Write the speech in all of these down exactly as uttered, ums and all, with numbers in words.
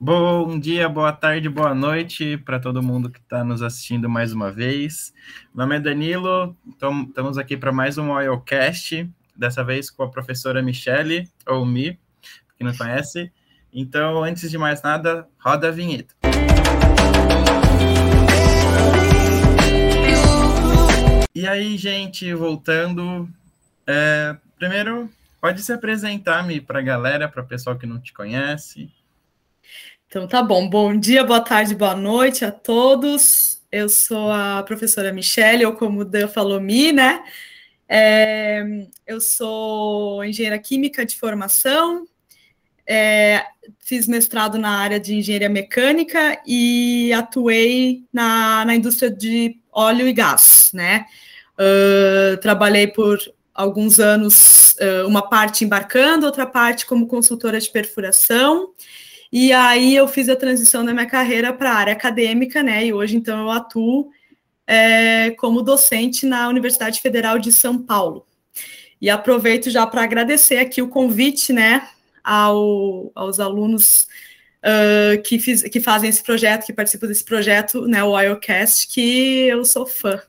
Bom dia, boa tarde, boa noite para todo mundo que está nos assistindo mais uma vez. Meu nome é Danilo, então, estamos aqui para mais um Oilcast, dessa vez com a professora Michele, ou Mi, que não conhece. Então, antes de mais nada, roda a vinheta. E aí, gente, voltando, é, primeiro, pode se apresentar, Mi, para a galera, para o pessoal que não te conhece. Então, tá bom. Bom dia, boa tarde, boa noite a todos. Eu sou a professora Michele, ou como o Dan falou, Mi, né? É, eu sou engenheira química de formação, é, fiz mestrado na área de engenharia mecânica e atuei na, na indústria de óleo e gás, né? Uh, trabalhei por alguns anos, uh, uma parte embarcando, outra parte como consultora de perfuração. E aí eu fiz a transição da minha carreira para a área acadêmica, né? E hoje, então, eu atuo é, como docente na Universidade Federal de São Paulo. E aproveito já para agradecer aqui o convite, né, ao, aos alunos uh, que, fiz, que fazem esse projeto, que participam desse projeto, né, o Oilcast, que eu sou fã.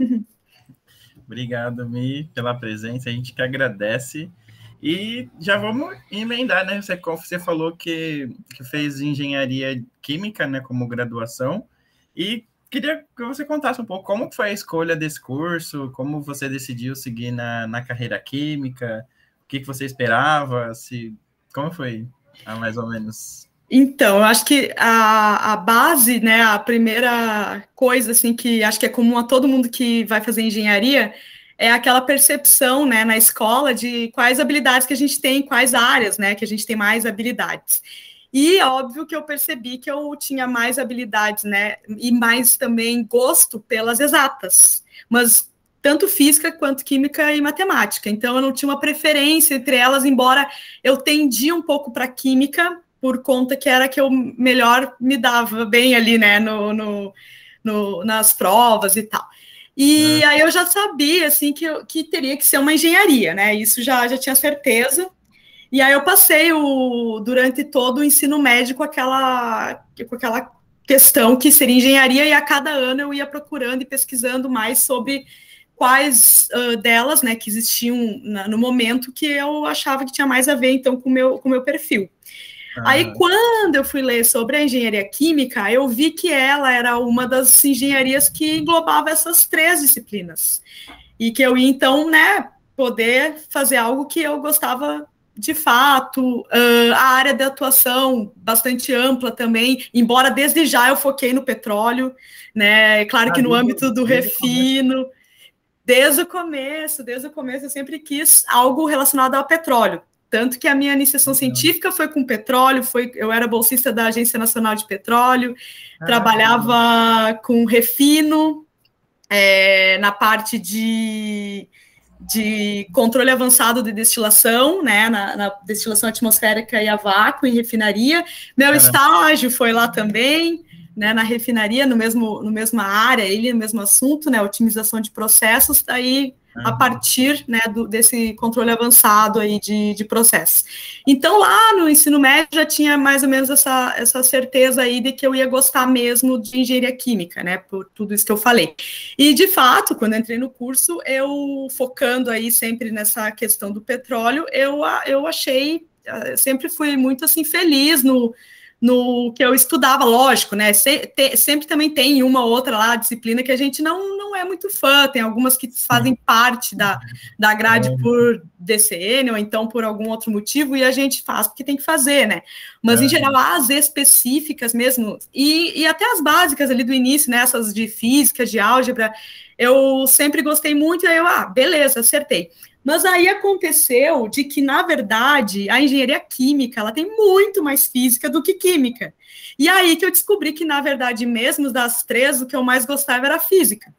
Obrigado, Mi, pela presença, a gente que agradece. E já vamos emendar, né? Você, você falou que, que fez engenharia química, né, como graduação, e queria que você contasse um pouco como foi a escolha desse curso, como você decidiu seguir na, na carreira química, o que, que você esperava, se, como foi, ah, mais ou menos? Então, eu acho que a, a base, né, a primeira coisa, assim, que acho que é comum a todo mundo que vai fazer engenharia, é aquela percepção, né, na escola de quais habilidades que a gente tem, quais áreas, né, que a gente tem mais habilidades. E óbvio que eu percebi que eu tinha mais habilidades, né, e mais também gosto pelas exatas, mas tanto física quanto química e matemática. Então eu não tinha uma preferência entre elas, embora eu tendia um pouco para química, por conta que era que eu melhor me dava bem ali, né, no, no, no nas provas e tal. E aí eu já sabia, assim, que, eu, que teria que ser uma engenharia, né? Isso já, já tinha certeza. E aí eu passei o, durante todo o ensino médio com aquela, com aquela questão que seria engenharia, e a cada ano eu ia procurando e pesquisando mais sobre quais uh, delas, né, que existiam na, no momento que eu achava que tinha mais a ver, então, com o meu, com o meu perfil. Ah. Aí, quando eu fui ler sobre a engenharia química, eu vi que ela era uma das engenharias que englobava essas três disciplinas. E que eu ia, então, né, poder fazer algo que eu gostava de fato. Uh, a área de atuação bastante ampla também, embora desde já eu foquei no petróleo, né, claro ah, que no âmbito do refino, desde o começo, desde o começo eu sempre quis algo relacionado ao petróleo. Tanto que a minha iniciação científica foi com petróleo, foi, eu era bolsista da Agência Nacional de Petróleo, ah, trabalhava com refino, é, na parte de, de controle avançado de destilação, né, na, na destilação atmosférica e a vácuo em refinaria. Meu Caramba. estágio foi lá também, né, na refinaria, no mesmo, no mesma área, ele no mesmo assunto, né, otimização de processos, daí a partir, né, do, desse controle avançado aí de, de processos. Então, lá no ensino médio, já tinha mais ou menos essa, essa certeza aí de que eu ia gostar mesmo de engenharia química, né, por tudo isso que eu falei. E, de fato, quando eu entrei no curso, eu, focando aí sempre nessa questão do petróleo, eu, eu achei, eu sempre fui muito, assim, feliz no... no que eu estudava, lógico, né, Se, te, sempre também tem uma ou outra lá, disciplina que a gente não, não é muito fã, tem algumas que fazem parte da, da grade é. por D C N, ou então por algum outro motivo, e a gente faz porque tem que fazer, né, mas é. em geral, as específicas mesmo, e, e até as básicas ali do início, né, essas de física, de álgebra, eu sempre gostei muito, e aí eu, ah, beleza, acertei. Mas aí aconteceu de que, na verdade, a engenharia química, ela tem muito mais física do que química. E aí que eu descobri que, na verdade, mesmo das três, o que eu mais gostava era física.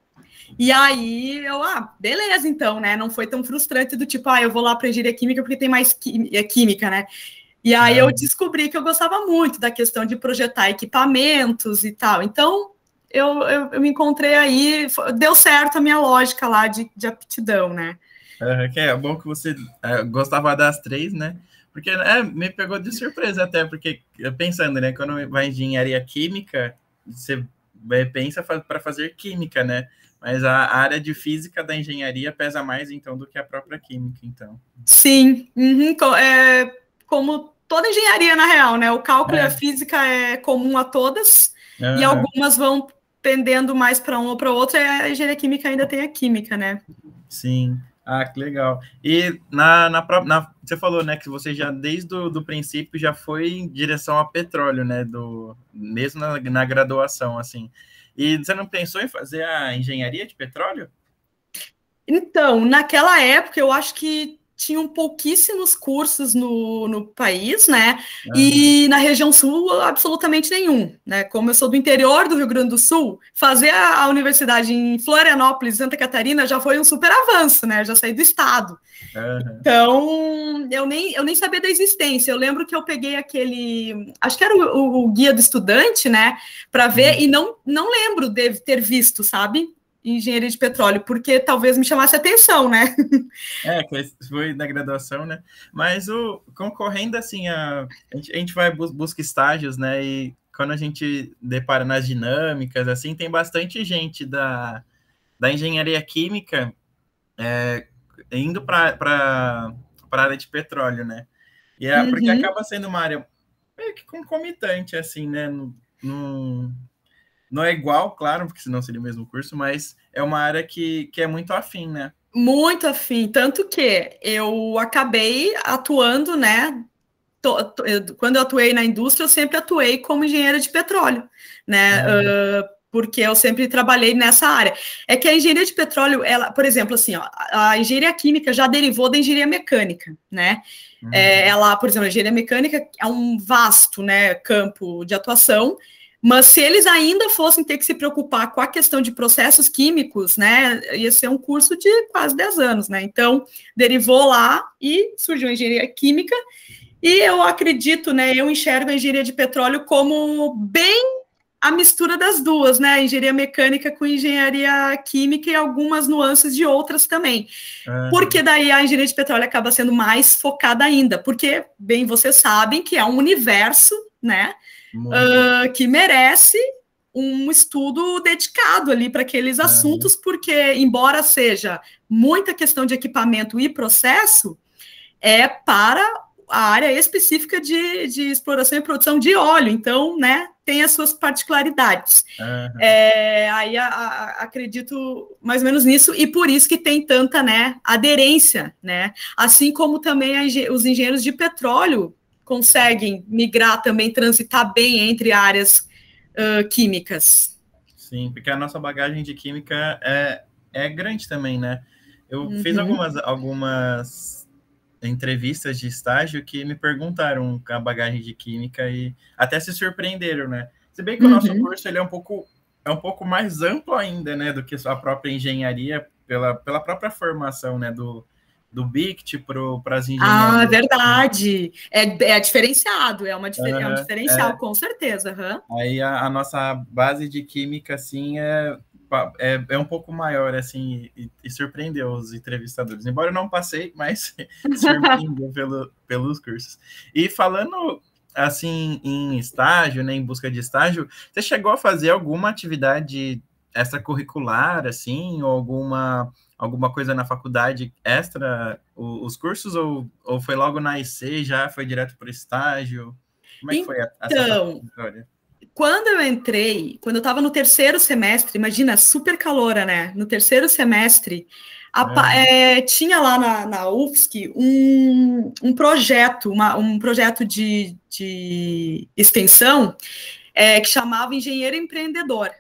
E aí eu, ah, beleza, então, né? Não foi tão frustrante do tipo, ah, eu vou lá para engenharia química porque tem mais química, né? E aí eu descobri que eu gostava muito da questão de projetar equipamentos e tal. Então, eu, eu, eu me encontrei aí, deu certo a minha lógica lá de, de aptidão, né? É, que é bom que você é, gostava das três, né? Porque é, me pegou de surpresa até, porque pensando, né, quando vai em engenharia química, você pensa para fazer química, né? Mas a área de física da engenharia pesa mais, então, do que a própria química, então. Sim, uhum, é, como toda engenharia, na real, né? O cálculo é. e a física é comum a todas, uhum. e algumas vão pendendo mais para um ou para outro, e a engenharia química ainda tem a química, né? Sim. Ah, que legal. E na, na, na, você falou, né, que você já, desde o do princípio, já foi em direção a petróleo, né, do, mesmo na, na graduação, assim. E você não pensou em fazer a engenharia de petróleo? Então, naquela época, eu acho que tinham pouquíssimos cursos no, no país, né? Uhum. E na região sul, absolutamente nenhum, né? Como eu sou do interior do Rio Grande do Sul, fazer a, a universidade em Florianópolis, Santa Catarina, já foi um super avanço, né? Eu já saí do estado. Uhum. Então, eu nem, eu nem sabia da existência. Eu lembro que eu peguei aquele, acho que era o, o, o guia do estudante, né? Para ver, uhum. e não, não lembro de ter visto, sabe? Engenharia de petróleo, porque talvez me chamasse atenção, né? É, que foi da graduação, né? Mas o concorrendo, assim, a, a, gente, a gente vai bus, busca estágios, né? E quando a gente depara nas dinâmicas, assim, tem bastante gente da, da engenharia química é, indo para a área de petróleo, né? E é, uhum. Porque acaba sendo uma área meio que concomitante, assim, né? No, no, não é igual, claro, porque senão seria o mesmo curso, mas é uma área que, que é muito afim, né? Muito afim, tanto que eu acabei atuando, né? Tô, tô, eu, quando eu atuei na indústria, eu sempre atuei como engenheira de petróleo, né? Uhum. Uh, porque eu sempre trabalhei nessa área. É que a engenharia de petróleo, ela, por exemplo, assim, ó, a engenharia química já derivou da engenharia mecânica, né? Uhum. É, ela, por exemplo, a engenharia mecânica é um vasto, né, campo de atuação. Mas se eles ainda fossem ter que se preocupar com a questão de processos químicos, né, ia ser um curso de quase dez anos, né? Então, derivou lá e surgiu a engenharia química, e eu acredito, né, eu enxergo a engenharia de petróleo como bem a mistura das duas, né? A engenharia mecânica com engenharia química e algumas nuances de outras também. Uhum. Porque daí a engenharia de petróleo acaba sendo mais focada ainda, porque, bem, vocês sabem que é um universo, né? Uh, que merece um estudo dedicado ali para aqueles assuntos, uhum. porque, embora seja muita questão de equipamento e processo, é para a área específica de, de exploração e produção de óleo, então, né, tem as suas particularidades. Uhum. É, aí a, a, acredito mais ou menos nisso, e por isso que tem tanta, né, aderência, né, assim como também a, os engenheiros de petróleo conseguem migrar também, transitar bem entre áreas uh, químicas. Sim, porque a nossa bagagem de química é, é grande também, né? Eu uhum. fiz algumas, algumas entrevistas de estágio que me perguntaram a bagagem de química e até se surpreenderam, né? Se bem que uhum. o nosso curso ele é um pouco, é um pouco mais amplo ainda, né, do que a própria engenharia, pela, pela própria formação, né, do do B I C T para as engenharias. Ah, verdade. É, é diferenciado, é, uma, uhum, é um diferencial, é. Com certeza. Uhum. Aí a, a nossa base de química, assim, é, é, é um pouco maior, assim, e, e surpreendeu os entrevistadores. Embora eu não passei, mas surpreendeu pelo, pelos cursos. E falando, assim, em estágio, né, em busca de estágio, você chegou a fazer alguma atividade extracurricular, assim, ou alguma... alguma coisa na faculdade extra, os cursos, ou, ou foi logo na I C, já foi direto para o estágio? Como é que então, foi a, essa história? Quando eu entrei, quando eu estava no terceiro semestre, imagina, super caloura, né? No terceiro semestre, a, é. É, tinha lá na, na U F S C um, um projeto, uma, um projeto de, de extensão é, que chamava Engenheiro Empreendedor.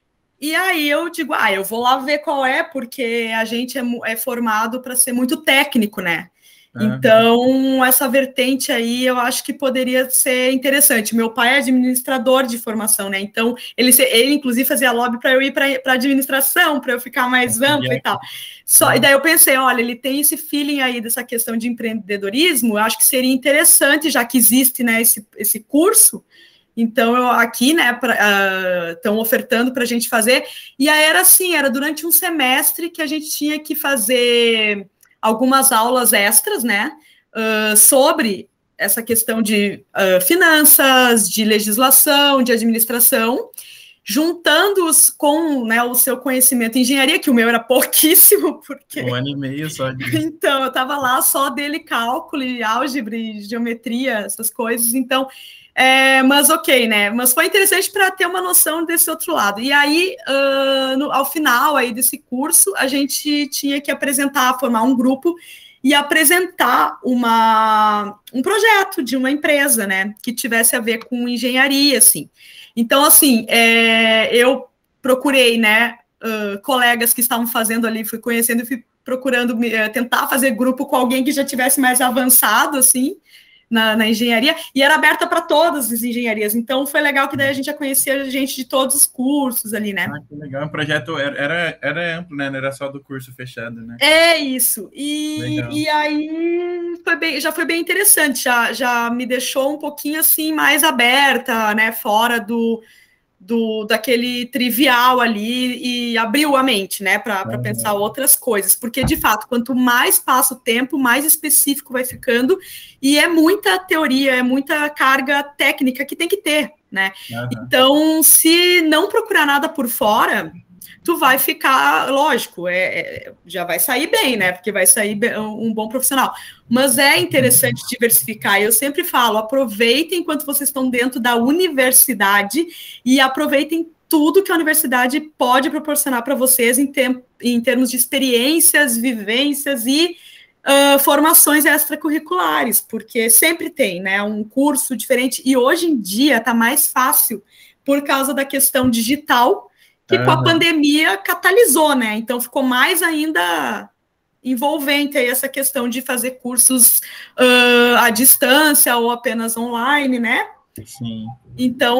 E aí eu digo, ah, eu vou lá ver qual é, porque a gente é, é formado para ser muito técnico, né? Uhum. Então, essa vertente aí eu acho que poderia ser interessante. Meu pai é administrador de formação, né? Então, ele, ele inclusive fazia lobby para eu ir para administração, para eu ficar mais ampla e tal. Só, uhum. E daí eu pensei, olha, ele tem esse feeling aí dessa questão de empreendedorismo, eu acho que seria interessante, já que existe, né, esse, esse curso. Então, eu aqui, né, estão uh, ofertando para a gente fazer, e aí era assim, era durante um semestre que a gente tinha que fazer algumas aulas extras, né, uh, sobre essa questão de uh, finanças, de legislação, de administração, juntando-os com, né, o seu conhecimento em engenharia, que o meu era pouquíssimo, porque... Um ano e meio só de... Então, eu estava lá só dele cálculo, e álgebra, e geometria, essas coisas, então... É, mas ok, né? Mas foi interessante para ter uma noção desse outro lado. E aí, uh, no, ao final aí desse curso, a gente tinha que apresentar, formar um grupo e apresentar uma, um projeto de uma empresa, né? Que tivesse a ver com engenharia, assim. Então, assim, é, eu procurei, né? Uh, colegas que estavam fazendo ali, fui conhecendo e fui procurando uh, tentar fazer grupo com alguém que já tivesse mais avançado, assim, Na, na engenharia, e era aberta para todas as engenharias, então foi legal que daí a gente já conhecia gente de todos os cursos ali, né? Ah, que legal, o projeto era, era, era amplo, né? Não era só do curso fechado, né? É isso, e, e aí foi bem, já foi bem interessante, já, já me deixou um pouquinho assim mais aberta, né? Fora do, do daquele trivial ali e abriu a mente, né? Para uhum. pensar outras coisas, porque de fato, quanto mais passa o tempo, mais específico vai ficando. E é muita teoria, é muita carga técnica que tem que ter, né? Uhum. Então, se não procurar nada por fora, tu vai ficar, lógico, é, é, já vai sair bem, né? Porque vai sair um bom profissional. Mas é interessante diversificar. Eu sempre falo, aproveitem enquanto vocês estão dentro da universidade e aproveitem tudo que a universidade pode proporcionar para vocês em, tem, em termos de experiências, vivências e Uh, formações extracurriculares, porque sempre tem, né, um curso diferente, e hoje em dia está mais fácil por causa da questão digital, que uhum. com a pandemia catalisou, né, então ficou mais ainda envolvente aí essa questão de fazer cursos uh, à distância ou apenas online, né? Sim. Então,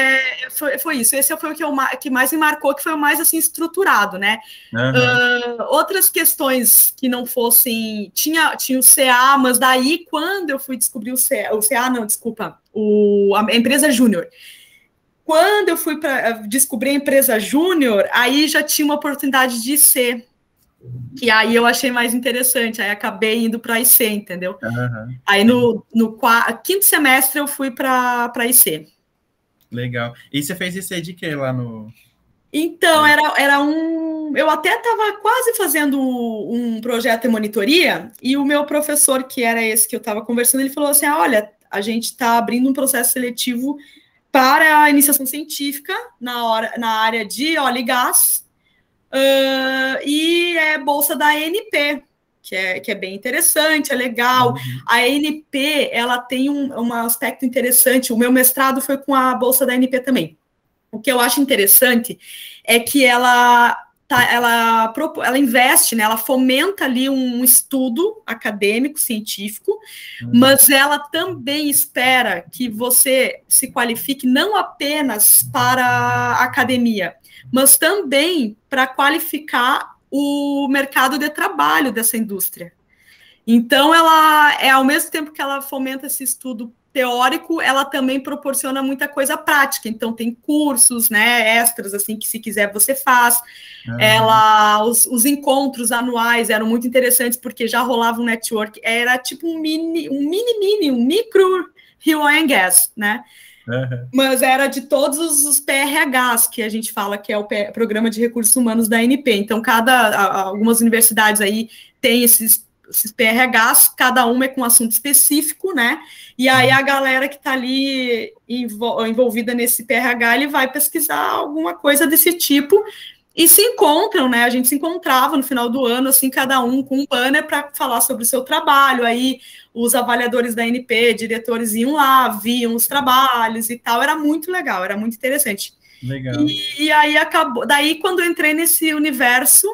é, foi, foi isso. Esse foi o que, eu, que mais me marcou, que foi o mais, assim, estruturado, né? Uhum. Uh, outras questões que não fossem... Tinha, tinha o C A, mas daí, quando eu fui descobrir o C A... O C A, não, desculpa. O, a empresa júnior. Quando eu fui para descobrir a empresa júnior, aí já tinha uma oportunidade de I C, que aí eu achei mais interessante, aí acabei indo para I C, entendeu? Uhum. Aí no, no quarto, quinto semestre eu fui para I C. Legal. E você fez I C de quê lá no... Então, era, era um... Eu até estava quase fazendo um projeto de monitoria, e o meu professor, que era esse que eu estava conversando, ele falou assim, ah, olha, a gente está abrindo um processo seletivo para a iniciação científica na, hora, na área de óleo e gás, Uh, e é bolsa da A N P, que é, que é bem interessante, é legal. Uhum. A A N P, ela tem um, um aspecto interessante. O meu mestrado foi com a bolsa da A N P também. O que eu acho interessante é que ela, tá, ela, ela investe, né, ela fomenta ali um estudo acadêmico, científico, uhum. mas ela também espera que você se qualifique não apenas para a academia, mas também para qualificar o mercado de trabalho dessa indústria. Então, ela é ao mesmo tempo que ela fomenta esse estudo teórico, ela também proporciona muita coisa prática. Então, tem cursos, né, extras, assim, que se quiser você faz. Uhum. Ela, os, os encontros anuais eram muito interessantes, porque já rolava um network, era tipo um mini, um mini, mini, um micro Rio Oil and Gas, né? Uhum. Mas era de todos os P R Hs, que a gente fala que é o P- Programa de Recursos Humanos da A N P. Então, cada, algumas universidades aí têm esses, esses P R Hs, cada uma é com um assunto específico, né? E aí a galera que está ali envol- envolvida nesse P R H, ele vai pesquisar alguma coisa desse tipo e se encontram, né? A gente se encontrava no final do ano, assim, cada um com um banner para falar sobre o seu trabalho. Aí os avaliadores da A N P, diretores iam lá, viam os trabalhos e tal. Era muito legal, era muito interessante. Legal. E, e aí acabou. Daí, quando eu entrei nesse universo,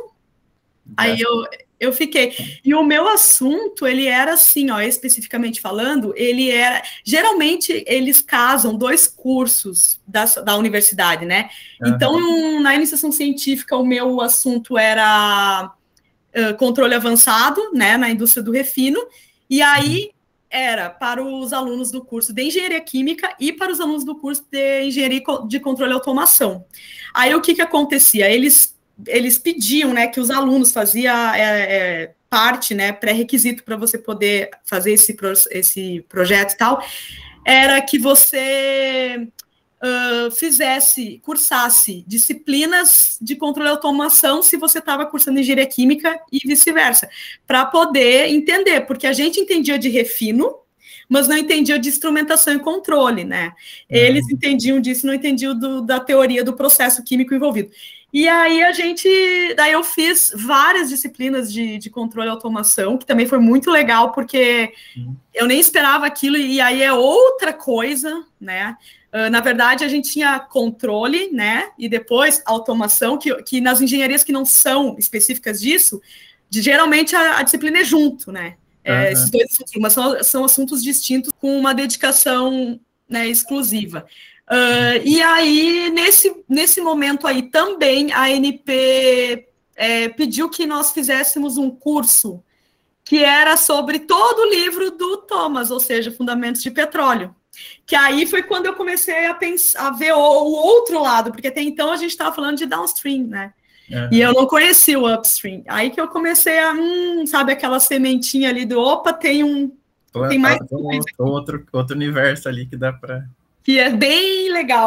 aí eu, eu fiquei. E o meu assunto, ele era assim, ó, especificamente falando, ele era. Geralmente, eles casam dois cursos da, da universidade, né? Uhum. Então, na iniciação científica, o meu assunto era uh, controle avançado, né, na indústria do refino. E aí era para os alunos do curso de engenharia química e para os alunos do curso de engenharia de controle e automação. Aí o que que acontecia? Eles, eles pediam, né, que os alunos faziam, é, é, parte, né, pré-requisito para você poder fazer esse, pro, esse projeto e tal, era que você uh, fizesse, cursasse disciplinas de controle e automação se você estava cursando engenharia química e vice-versa, para poder entender, porque a gente entendia de refino, mas não entendia de instrumentação e controle, né? Eles uhum. entendiam disso, não entendiam do, da teoria do processo químico envolvido. E aí a gente, daí eu fiz várias disciplinas de, de controle e automação, que também foi muito legal, porque uhum. eu nem esperava aquilo, e aí é outra coisa, né? Uh, na verdade, a gente tinha controle, né? E depois automação, que, que nas engenharias que não são específicas disso, de, geralmente a, a disciplina é junto, né? É, uhum. Esses dois assuntos, mas são, são assuntos distintos com uma dedicação, né, exclusiva. Uh, e aí, nesse, nesse momento aí, também a A N P é, pediu que nós fizéssemos um curso que era sobre todo o livro do Thomas, ou seja, Fundamentos de Petróleo. Que aí foi quando eu comecei a, pensar, a ver o, o outro lado, porque até então a gente estava falando de downstream, né? Uhum. E eu não conhecia o upstream. Aí que eu comecei a, hum, sabe, aquela sementinha ali do, opa, tem um... Tô, tem mais tô, tô outro, outro universo ali que dá para... Que é bem legal.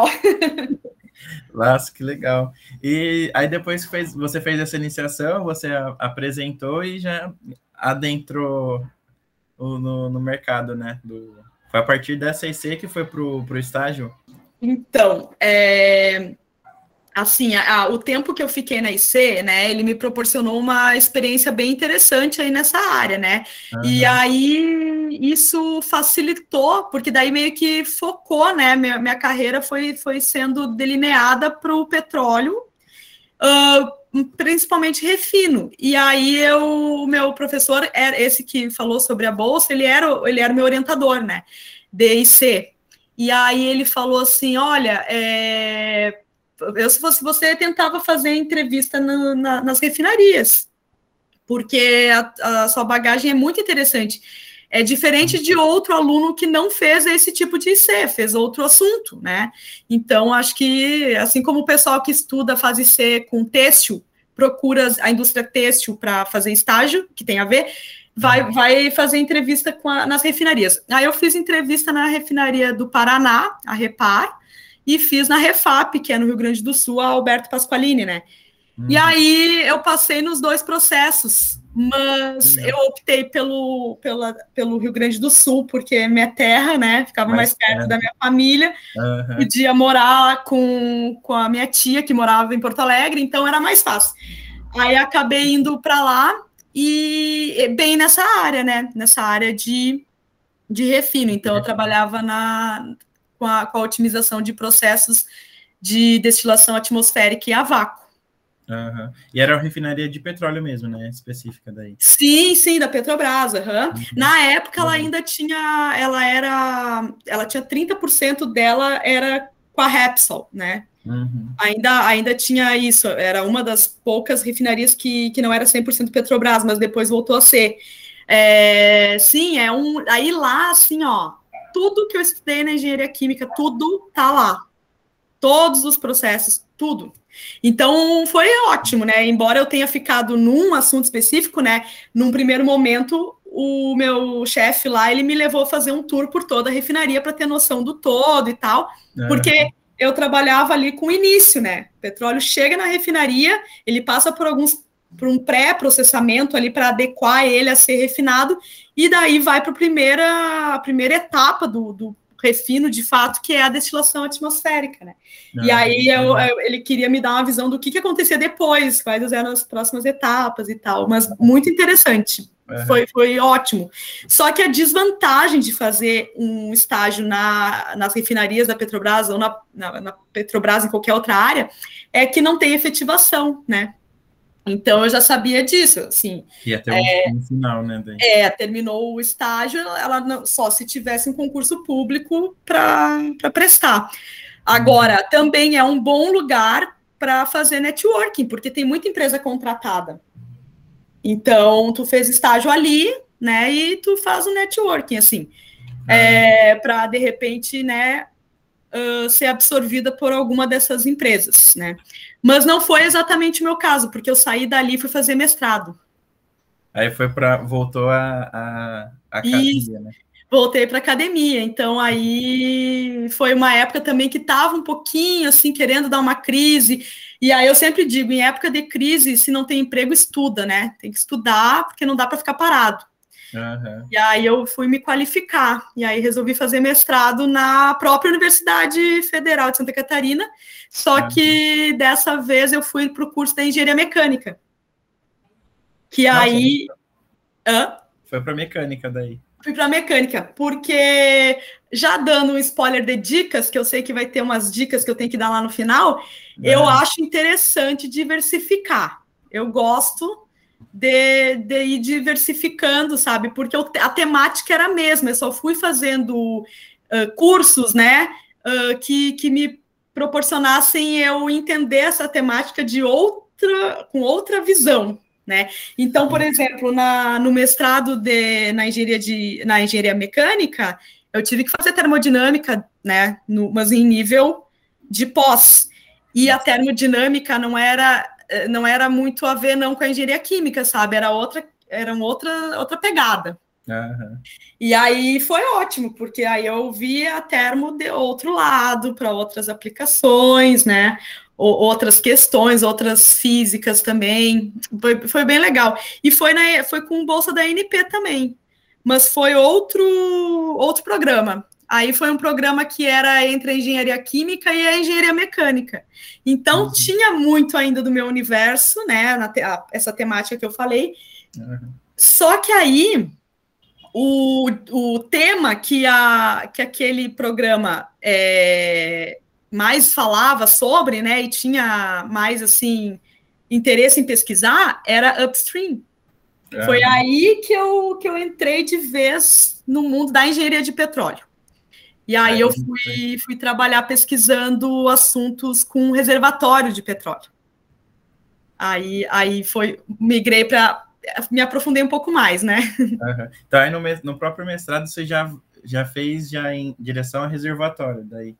Nossa, que legal. E aí depois fez, você fez essa iniciação, você a, apresentou e já adentrou o, no, no mercado, né? Do, foi a partir dessa I C que foi para o estágio? Então, é... assim, a, o tempo que eu fiquei na I C, né, ele me proporcionou uma experiência bem interessante aí nessa área, né, uhum. E aí isso facilitou, porque daí meio que focou, né, minha, minha carreira foi, foi sendo delineada para o petróleo, uh, principalmente refino, e aí eu, o meu professor, era esse que falou sobre a bolsa, ele era, ele era meu orientador, né, de I C, e aí ele falou assim, olha, é... eu, se fosse você, tentava fazer entrevista no, na, nas refinarias, porque a, a sua bagagem é muito interessante. É diferente de outro aluno que não fez esse tipo de I C, fez outro assunto, né? Então, acho que, assim como o pessoal que estuda faz I C com têxtil, procura a indústria têxtil para fazer estágio, que tem a ver, vai, vai fazer entrevista com a, nas refinarias. Aí eu fiz entrevista na refinaria do Paraná, a Repar, e fiz na Refap, que é no Rio Grande do Sul, a Alberto Pasqualini, né? Uhum. E aí eu passei nos dois processos, mas uhum. eu optei pelo, pela, pelo Rio Grande do Sul, porque é minha terra, né? Ficava mais, mais perto é. da minha família, uhum. podia morar com, com a minha tia, que morava em Porto Alegre, então era mais fácil. Aí acabei indo para lá, e bem nessa área, né? Nessa área de, de refino. Então eu trabalhava na... Com a, com a otimização de processos de destilação atmosférica e a vácuo. Uhum. E era a refinaria de petróleo mesmo, né? Específica daí. Sim, sim, da Petrobras. Uhum. Uhum. Na época, ela ainda tinha, ela era, ela tinha trinta por cento dela era com a Repsol, né? Uhum. Ainda, ainda tinha isso, era uma das poucas refinarias que, que não era cem por cento Petrobras, mas depois voltou a ser. É, sim, é um. Aí lá, assim, ó. Tudo que eu estudei na engenharia química, tudo tá lá. Todos os processos, tudo. Então, foi ótimo, né? Embora eu tenha ficado num assunto específico, né? Num primeiro momento, o meu chefe lá, ele me levou a fazer um tour por toda a refinaria para ter noção do todo e tal. É. Porque eu trabalhava ali com o início, né? O petróleo chega na refinaria, ele passa por alguns... por um pré-processamento ali para adequar ele a ser refinado, e daí vai para a primeira, a primeira etapa do, do refino, de fato, que é a destilação atmosférica, né? Ah, e aí eu, eu, ele queria me dar uma visão do que, que acontecia depois, quais eram as próximas etapas e tal, mas muito interessante, uhum. foi, foi ótimo. Só que a desvantagem de fazer um estágio na, nas refinarias da Petrobras, ou na, na, na Petrobras em qualquer outra área, é que não tem efetivação, né? Então, eu já sabia disso, assim. E até o é, final, né? Daí. É, terminou o estágio, ela não, só se tivesse um concurso público para prestar. Agora, hum. também é um bom lugar para fazer networking, porque tem muita empresa contratada. Então, tu fez estágio ali, né, e tu faz um networking, assim, ah. é, para, de repente, né, Uh, ser absorvida por alguma dessas empresas, né? Mas não foi exatamente o meu caso, porque eu saí dali e fui fazer mestrado. Aí foi para voltou a, a, a academia, né? Voltei para academia, então aí foi uma época também que estava um pouquinho assim querendo dar uma crise. E aí eu sempre digo, em época de crise, se não tem emprego, estuda, né? Tem que estudar porque não dá para ficar parado. Uhum. E aí eu fui me qualificar e aí resolvi fazer mestrado na própria Universidade Federal de Santa Catarina. Só uhum. que dessa vez eu fui para o curso da Engenharia Mecânica. Que Nossa, aí Hã? Foi para mecânica daí. Fui para mecânica, porque já dando um spoiler de dicas, que eu sei que vai ter umas dicas que eu tenho que dar lá no final, é. eu acho interessante diversificar. Eu gosto de, de ir diversificando, sabe? Porque eu, a temática era a mesma, eu só fui fazendo uh, cursos, né, uh, que, que me proporcionassem eu entender essa temática de outra, com outra visão. Né? Então, por exemplo, na, no mestrado de, na, engenharia de, na engenharia mecânica, eu tive que fazer termodinâmica, né? No, mas em nível de pós. E a termodinâmica não era, não era muito a ver não com a engenharia química, sabe? Era outra, era outra, outra pegada. Uhum. E aí foi ótimo, porque aí eu vi a termo de outro lado, para outras aplicações, né? Outras questões, outras físicas também, foi, foi bem legal. E foi, na, foi com bolsa da A N P também, mas foi outro, outro programa. Aí foi um programa que era entre a engenharia química e a engenharia mecânica. Então, uhum. tinha muito ainda do meu universo, né, na te, a, essa temática que eu falei. Uhum. Só que aí, o, o tema que, a, que aquele programa... É, mais falava sobre, né, e tinha mais, assim, interesse em pesquisar, era upstream. É. Foi aí que eu, que eu entrei de vez no mundo da engenharia de petróleo. E aí é, eu fui, fui trabalhar pesquisando assuntos com reservatório de petróleo. Aí, aí foi, migrei para, me aprofundei um pouco mais, né. Uhum. Então, aí no, no próprio mestrado você já, já fez já em direção a reservatório, daí...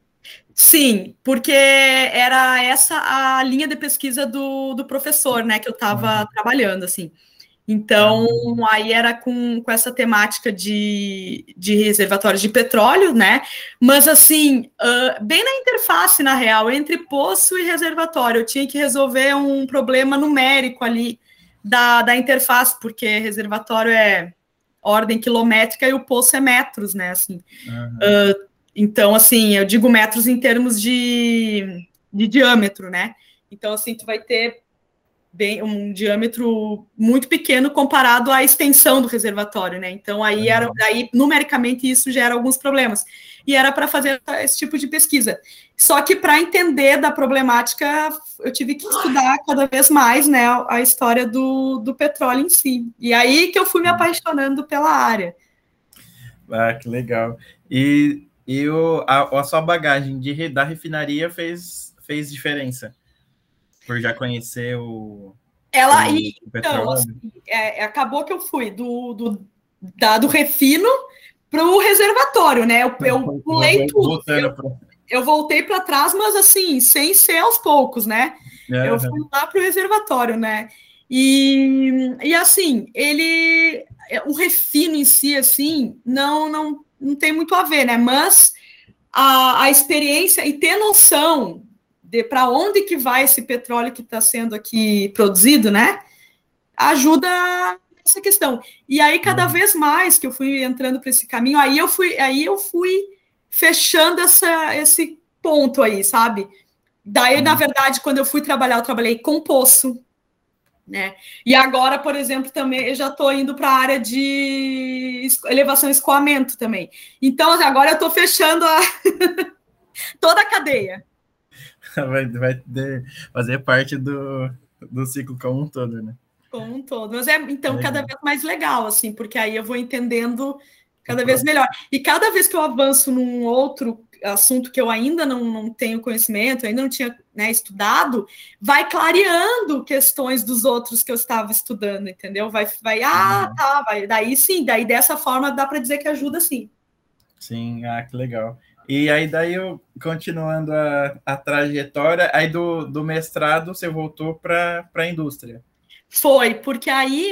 Sim, porque era essa a linha de pesquisa do, do professor, né, que eu estava uhum. trabalhando, assim. Então, uhum. aí era com, com essa temática de, de reservatórios de petróleo, né, mas assim, uh, bem na interface, na real, entre poço e reservatório, eu tinha que resolver um problema numérico ali da, da interface, porque reservatório é ordem quilométrica e o poço é metros, né, assim. Uhum. Uh, Então, assim, eu digo metros em termos de, de diâmetro, né? Então, assim, tu vai ter bem, um diâmetro muito pequeno comparado à extensão do reservatório, né? Então, aí, era, aí numericamente, isso gera alguns problemas. E era para fazer esse tipo de pesquisa. Só que, para entender da problemática, eu tive que estudar cada vez mais, né, a história do, do petróleo em si. E aí que eu fui me apaixonando pela área. Ah, que legal. E... E o, a, a sua bagagem de, da refinaria fez, fez diferença? Por já conhecer o, Ela, o, e, o petróleo? Então, assim, é, acabou que eu fui do, do, da, do refino para o reservatório, né? Eu, eu pulei tudo. Eu, pra... eu voltei para trás, mas assim, sem ser aos poucos, né? Uhum. Eu fui lá para o reservatório, né? E, e assim, ele... O refino em si, assim, não... não não tem muito a ver, né? Mas a, a experiência e ter noção de para onde que vai esse petróleo que está sendo aqui produzido, né? Ajuda essa questão. E aí, cada uhum. vez mais que eu fui entrando para esse caminho, aí eu fui, aí eu fui fechando essa, esse ponto aí, sabe? Daí, uhum. na verdade, quando eu fui trabalhar, eu trabalhei com poço, né? E agora, por exemplo, também eu já estou indo para a área de elevação e escoamento também. Então, agora eu estou fechando a... toda a cadeia. Vai, vai fazer parte do, do ciclo como um todo, né? Como um todo. Mas é, então, é cada vez mais legal, assim, porque aí eu vou entendendo cada vez melhor. E cada vez que eu avanço num outro assunto que eu ainda não, não tenho conhecimento, ainda não tinha, né, estudado, vai clareando questões dos outros que eu estava estudando, entendeu? Vai, vai ah, uhum. tá, vai. Daí sim, daí dessa forma dá para dizer que ajuda sim. Sim, ah, que legal. E aí daí, eu, continuando a, a trajetória, aí do, do mestrado você voltou para a indústria. Foi, porque aí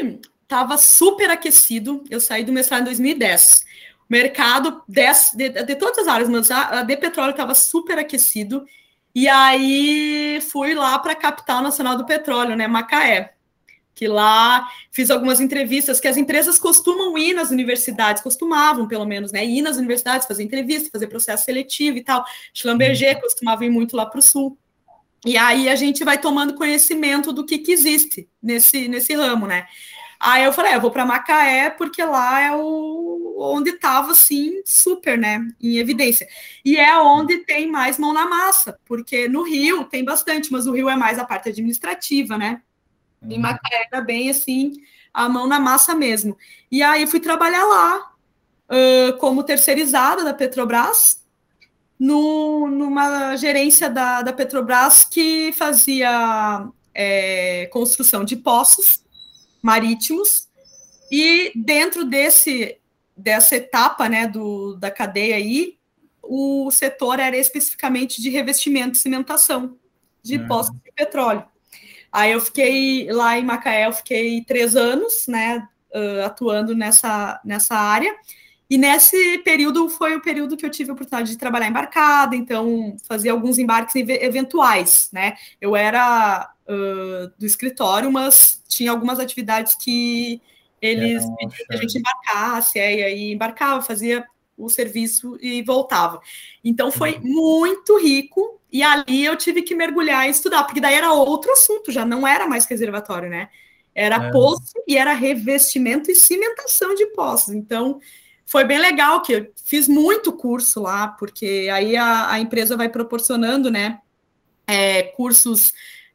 estava super aquecido, eu saí do mestrado em dois mil e dez. O mercado de, de, de todas as áreas, mas a, a de petróleo estava super aquecido, e aí fui lá para a capital nacional do petróleo, né, Macaé, que lá fiz algumas entrevistas que as empresas costumam ir nas universidades, costumavam pelo menos, né, ir nas universidades, fazer entrevista, fazer processo seletivo e tal. Schlumberger costumava ir muito lá para o sul. E aí a gente vai tomando conhecimento do que, que existe nesse, nesse ramo, né? Aí eu falei, é, eu vou para Macaé porque lá é o onde estava assim super, né, em evidência. E é onde tem mais mão na massa, porque no Rio tem bastante, mas o Rio é mais a parte administrativa, né? Em Macaé era bem assim, a mão na massa mesmo. E aí fui trabalhar lá uh, como terceirizada da Petrobras, no, numa gerência da, da Petrobras que fazia é, construção de poços marítimos, e dentro desse, dessa etapa, né, do, da cadeia aí, o setor era especificamente de revestimento e cimentação de uhum. poços de petróleo. Aí eu fiquei lá em Macaé, eu fiquei três anos, né, uh, atuando nessa, nessa área, e nesse período foi o período que eu tive a oportunidade de trabalhar embarcada, então fazia alguns embarques eventuais, né, eu era uh, do escritório, mas tinha algumas atividades que eles é, pediam que a gente embarcasse, é, e aí embarcava, fazia o serviço e voltava. Então foi uhum. muito rico, e ali eu tive que mergulhar e estudar, porque daí era outro assunto, já não era mais reservatório, né? Era é. poço e era revestimento e cimentação de poços. Então foi bem legal, que eu fiz muito curso lá, porque aí a, a empresa vai proporcionando, né, é, cursos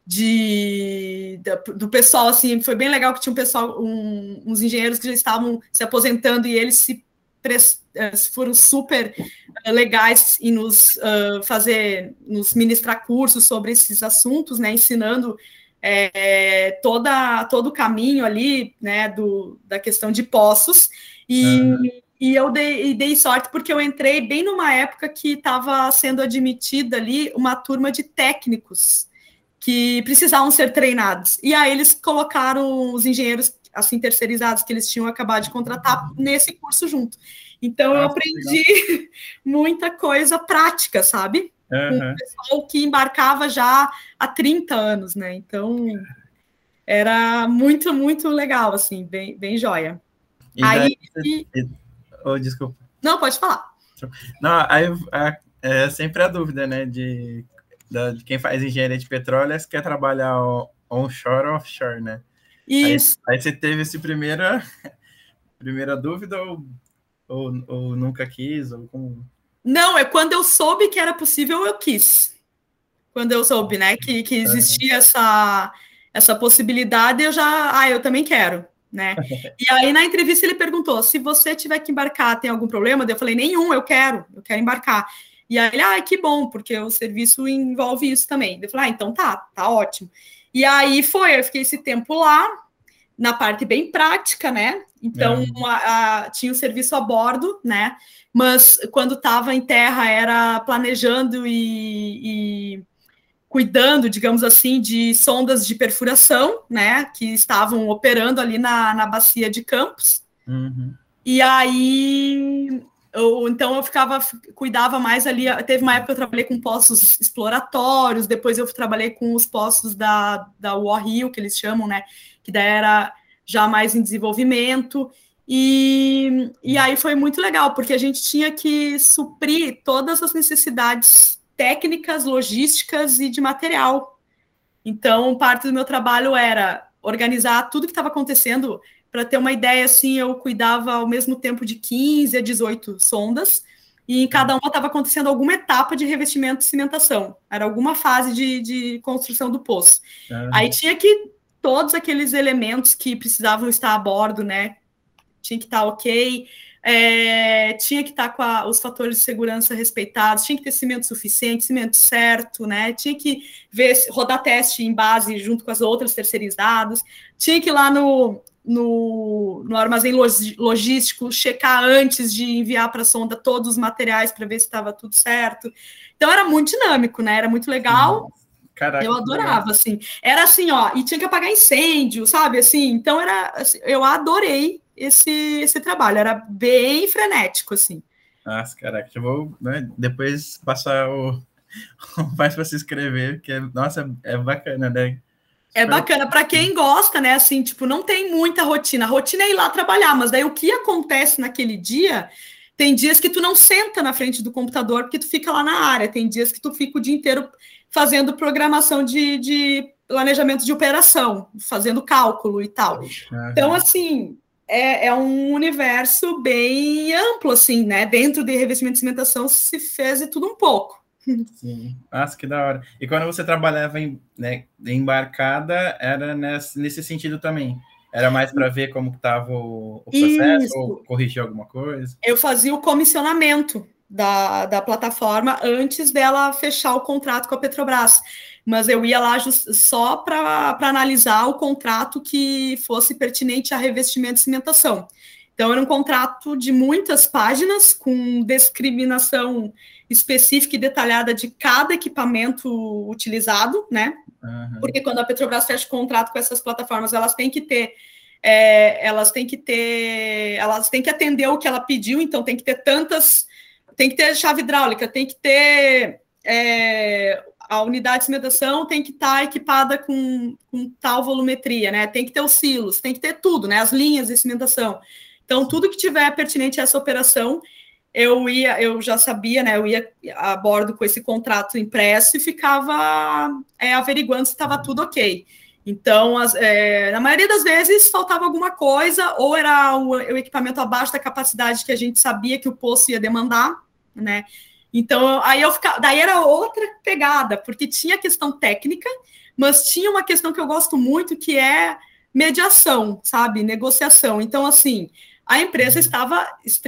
de, do pessoal, assim, foi bem legal que tinha um pessoal, um, uns engenheiros que já estavam se aposentando e eles se foram super legais em nos uh, fazer, nos ministrar cursos sobre esses assuntos, né, ensinando é, toda, todo o caminho ali, né, do, da questão de poços, e, uhum. e eu dei, e dei sorte porque eu entrei bem numa época que estava sendo admitida ali uma turma de técnicos que precisavam ser treinados, e aí eles colocaram os engenheiros assim, terceirizados que eles tinham acabado de contratar nesse curso junto. Então, ah, eu aprendi legal. muita coisa prática, sabe? Uhum. Com o pessoal que embarcava já há trinta anos, né? Então, era muito, muito legal, assim, bem, bem joia. E aí, daí, e... Oh, desculpa. Não, pode falar. Não, aí é sempre a dúvida, né, de, de quem faz engenharia de petróleo, se quer trabalhar onshore ou offshore, né? Isso. Aí, aí você teve essa primeira, primeira dúvida ou, ou, ou nunca quis? Ou como... Não, é quando eu soube que era possível, eu quis. Quando eu soube, né, que, que existia uhum. essa, essa possibilidade, eu já, ah, eu também quero, né? E aí na entrevista ele perguntou, se você tiver que embarcar, tem algum problema? Eu falei, nenhum, eu quero, eu quero embarcar. E aí ele, ah, que bom, porque o serviço envolve isso também. Eu falei, ah, então tá, tá ótimo. E aí foi, eu fiquei esse tempo lá, na parte bem prática, né? Então, é. a, a, tinha o serviço a bordo, né? Mas quando estava em terra, era planejando e, e cuidando, digamos assim, de sondas de perfuração, né? Que estavam operando ali na, na bacia de Campos. Uhum. E aí... Eu, então eu ficava, cuidava mais ali, teve uma época que eu trabalhei com poços exploratórios, depois eu trabalhei com os poços da, da War Hill, que eles chamam, né, que daí era já mais em desenvolvimento, e, e aí foi muito legal, porque a gente tinha que suprir todas as necessidades técnicas, logísticas e de material. Então, parte do meu trabalho era organizar tudo que estava acontecendo. Para ter uma ideia, assim, eu cuidava ao mesmo tempo de quinze a dezoito sondas, e em cada uma estava acontecendo alguma etapa de revestimento e cimentação. Era alguma fase de, de construção do poço. Uhum. Aí tinha que, todos aqueles elementos que precisavam estar a bordo, né? Tinha que estar ok, é, tinha que estar com a, os fatores de segurança respeitados, tinha que ter cimento suficiente, cimento certo, né? Tinha que ver, rodar teste em base junto com as outras terceirizadas, tinha que ir lá no... No, no armazém logístico, checar antes de enviar para a sonda todos os materiais para ver se estava tudo certo. Então era muito dinâmico, né? Era muito legal. Caraca, eu adorava, assim. Era assim, ó, e tinha que apagar incêndio, sabe? Assim, então era, assim, eu adorei esse, esse trabalho, era bem frenético, assim. Nossa, caraca, eu vou, né, depois passar o mais para se inscrever, porque, nossa, é bacana, né? É Super... bacana para quem gosta, né? Assim, tipo, não tem muita rotina. A rotina é ir lá trabalhar, mas daí o que acontece naquele dia? Tem dias que tu não senta na frente do computador porque tu fica lá na área. Tem dias que tu fica o dia inteiro fazendo programação de, de planejamento de operação, fazendo cálculo e tal. Então, assim, é, é um universo bem amplo, assim, né? Dentro de revestimento de cimentação se fez de tudo um pouco. Sim, nossa, que da hora. E quando você trabalhava em, né, embarcada, era nesse, nesse sentido também? Era mais para ver como estava o, o processo ou Isso. corrigir alguma coisa? Eu fazia o comissionamento da, da plataforma antes dela fechar o contrato com a Petrobras. Mas eu ia lá just, só para analisar o contrato que fosse pertinente a revestimento e cimentação. Então, era um contrato de muitas páginas, com discriminação específica e detalhada de cada equipamento utilizado, né? Uhum. Porque quando a Petrobras fecha o contrato com essas plataformas, elas têm que ter É, elas têm que ter, elas têm que atender o que ela pediu, então tem que ter tantas, tem que ter chave hidráulica, tem que ter é, a unidade de cimentação tem que estar equipada com, com tal volumetria, né? Tem que ter os silos, tem que ter tudo, né? As linhas de cimentação. Então, tudo que tiver pertinente a essa operação, eu ia, eu já sabia, né? Eu ia a bordo com esse contrato impresso e ficava é, averiguando se estava tudo ok. Então, as, é, na maioria das vezes, faltava alguma coisa, ou era o, o equipamento abaixo da capacidade que a gente sabia que o poço ia demandar, né? Então, aí eu ficava, daí era outra pegada, porque tinha questão técnica, mas tinha uma questão que eu gosto muito, que é mediação, sabe? Negociação. Então, assim, a empresa estava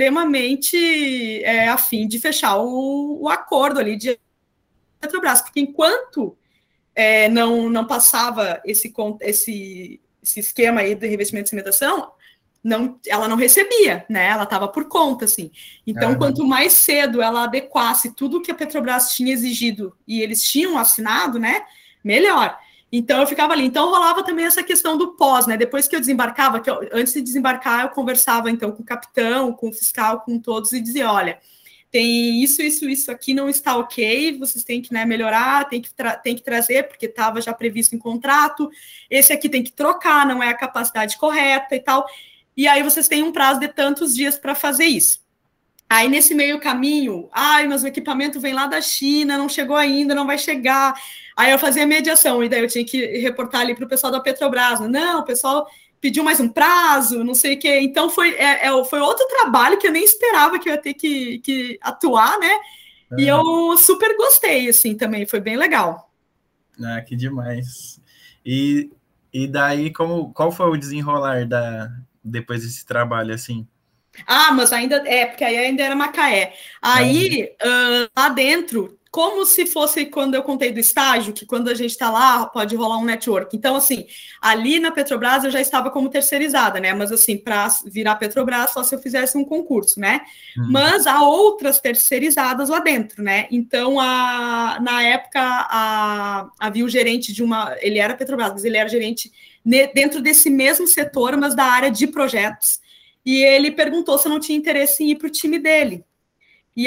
extremamente é, a fim de fechar o, o acordo ali de Petrobras, porque enquanto É, não, não passava esse, esse, esse esquema aí de revestimento de cimentação, não, ela não recebia, né? Ela estava por conta, assim. Então, uhum. Quanto mais cedo ela adequasse tudo que a Petrobras tinha exigido e eles tinham assinado, né? Melhor. Então, eu ficava ali. Então, rolava também essa questão do pós, né? Depois que eu desembarcava, que eu, antes de desembarcar, eu conversava, então, com o capitão, com o fiscal, com todos, e dizia, olha, tem isso, isso, isso aqui não está ok, vocês têm que, né, melhorar, tem que, tem que trazer, porque estava já previsto em contrato, esse aqui tem que trocar, não é a capacidade correta e tal, e aí vocês têm um prazo de tantos dias para fazer isso. Aí, nesse meio caminho, ai, mas o equipamento vem lá da China, não chegou ainda, não vai chegar. Aí eu fazia mediação, e daí eu tinha que reportar ali para o pessoal da Petrobras, não, o pessoal pediu mais um prazo, não sei o quê. Então, foi, é, é, foi outro trabalho que eu nem esperava que eu ia ter que, que atuar, né? Uhum. E eu super gostei, assim, também. Foi bem legal. Ah, que demais. E, e daí, como, qual foi o desenrolar da, depois desse trabalho, assim? Ah, mas ainda... É, porque aí ainda era Macaé. Aí, uhum. uh, lá dentro... Como se fosse quando eu contei do estágio, que quando a gente está lá, pode rolar um network. Então, assim, ali na Petrobras eu já estava como terceirizada, né? Mas, assim, para virar Petrobras, só se eu fizesse um concurso, né? Uhum. Mas há outras terceirizadas lá dentro, né? Então, a, na época, a, havia o gerente de uma... Ele era Petrobras, mas ele era gerente ne, dentro desse mesmo setor, mas da área de projetos. E ele perguntou se eu não tinha interesse em ir para o time dele. E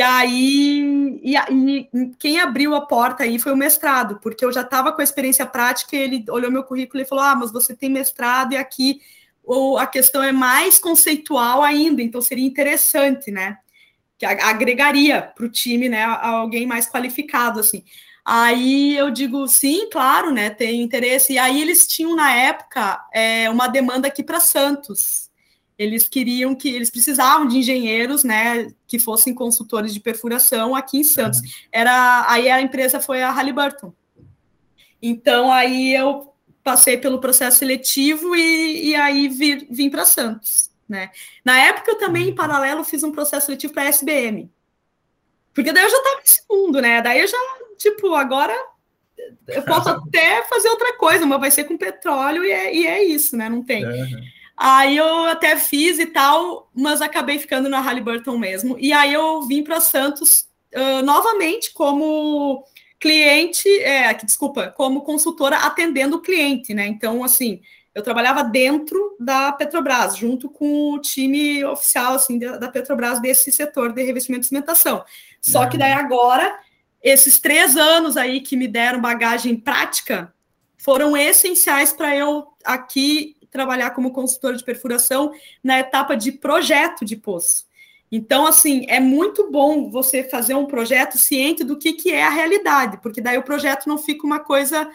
aí, e, e quem abriu a porta aí foi o mestrado, porque eu já estava com a experiência prática e ele olhou meu currículo e falou, ah, mas você tem mestrado e aqui ou a questão é mais conceitual ainda, então seria interessante, né? Que agregaria para o time, né, alguém mais qualificado, assim. Aí eu digo, sim, claro, né, tem interesse. E aí eles tinham, na época, é, uma demanda aqui para Santos. Eles queriam que, eles precisavam de engenheiros, né, que fossem consultores de perfuração aqui em Santos. Era, aí a empresa foi a Halliburton. Então, aí eu passei pelo processo seletivo e, e aí vi, vim para Santos, né. Na época, eu também, em paralelo, fiz um processo seletivo para a S B M. Porque daí eu já estava nesse mundo, né, daí eu já, tipo, agora eu posso até fazer outra coisa, mas vai ser com petróleo e é, e é isso, né, não tem... Uhum. Aí eu até fiz e tal, mas acabei ficando na Halliburton mesmo. E aí eu vim para Santos uh, novamente como cliente, é, desculpa, como consultora atendendo o cliente, né? Então, assim, eu trabalhava dentro da Petrobras, junto com o time oficial, assim, da, da Petrobras desse setor de revestimento e cimentação. Só uhum. que daí agora, esses três anos aí que me deram bagagem prática foram essenciais para eu aqui trabalhar como consultora de perfuração na etapa de projeto de poço. Então, assim, é muito bom você fazer um projeto ciente do que, que é a realidade, porque daí o projeto não fica uma coisa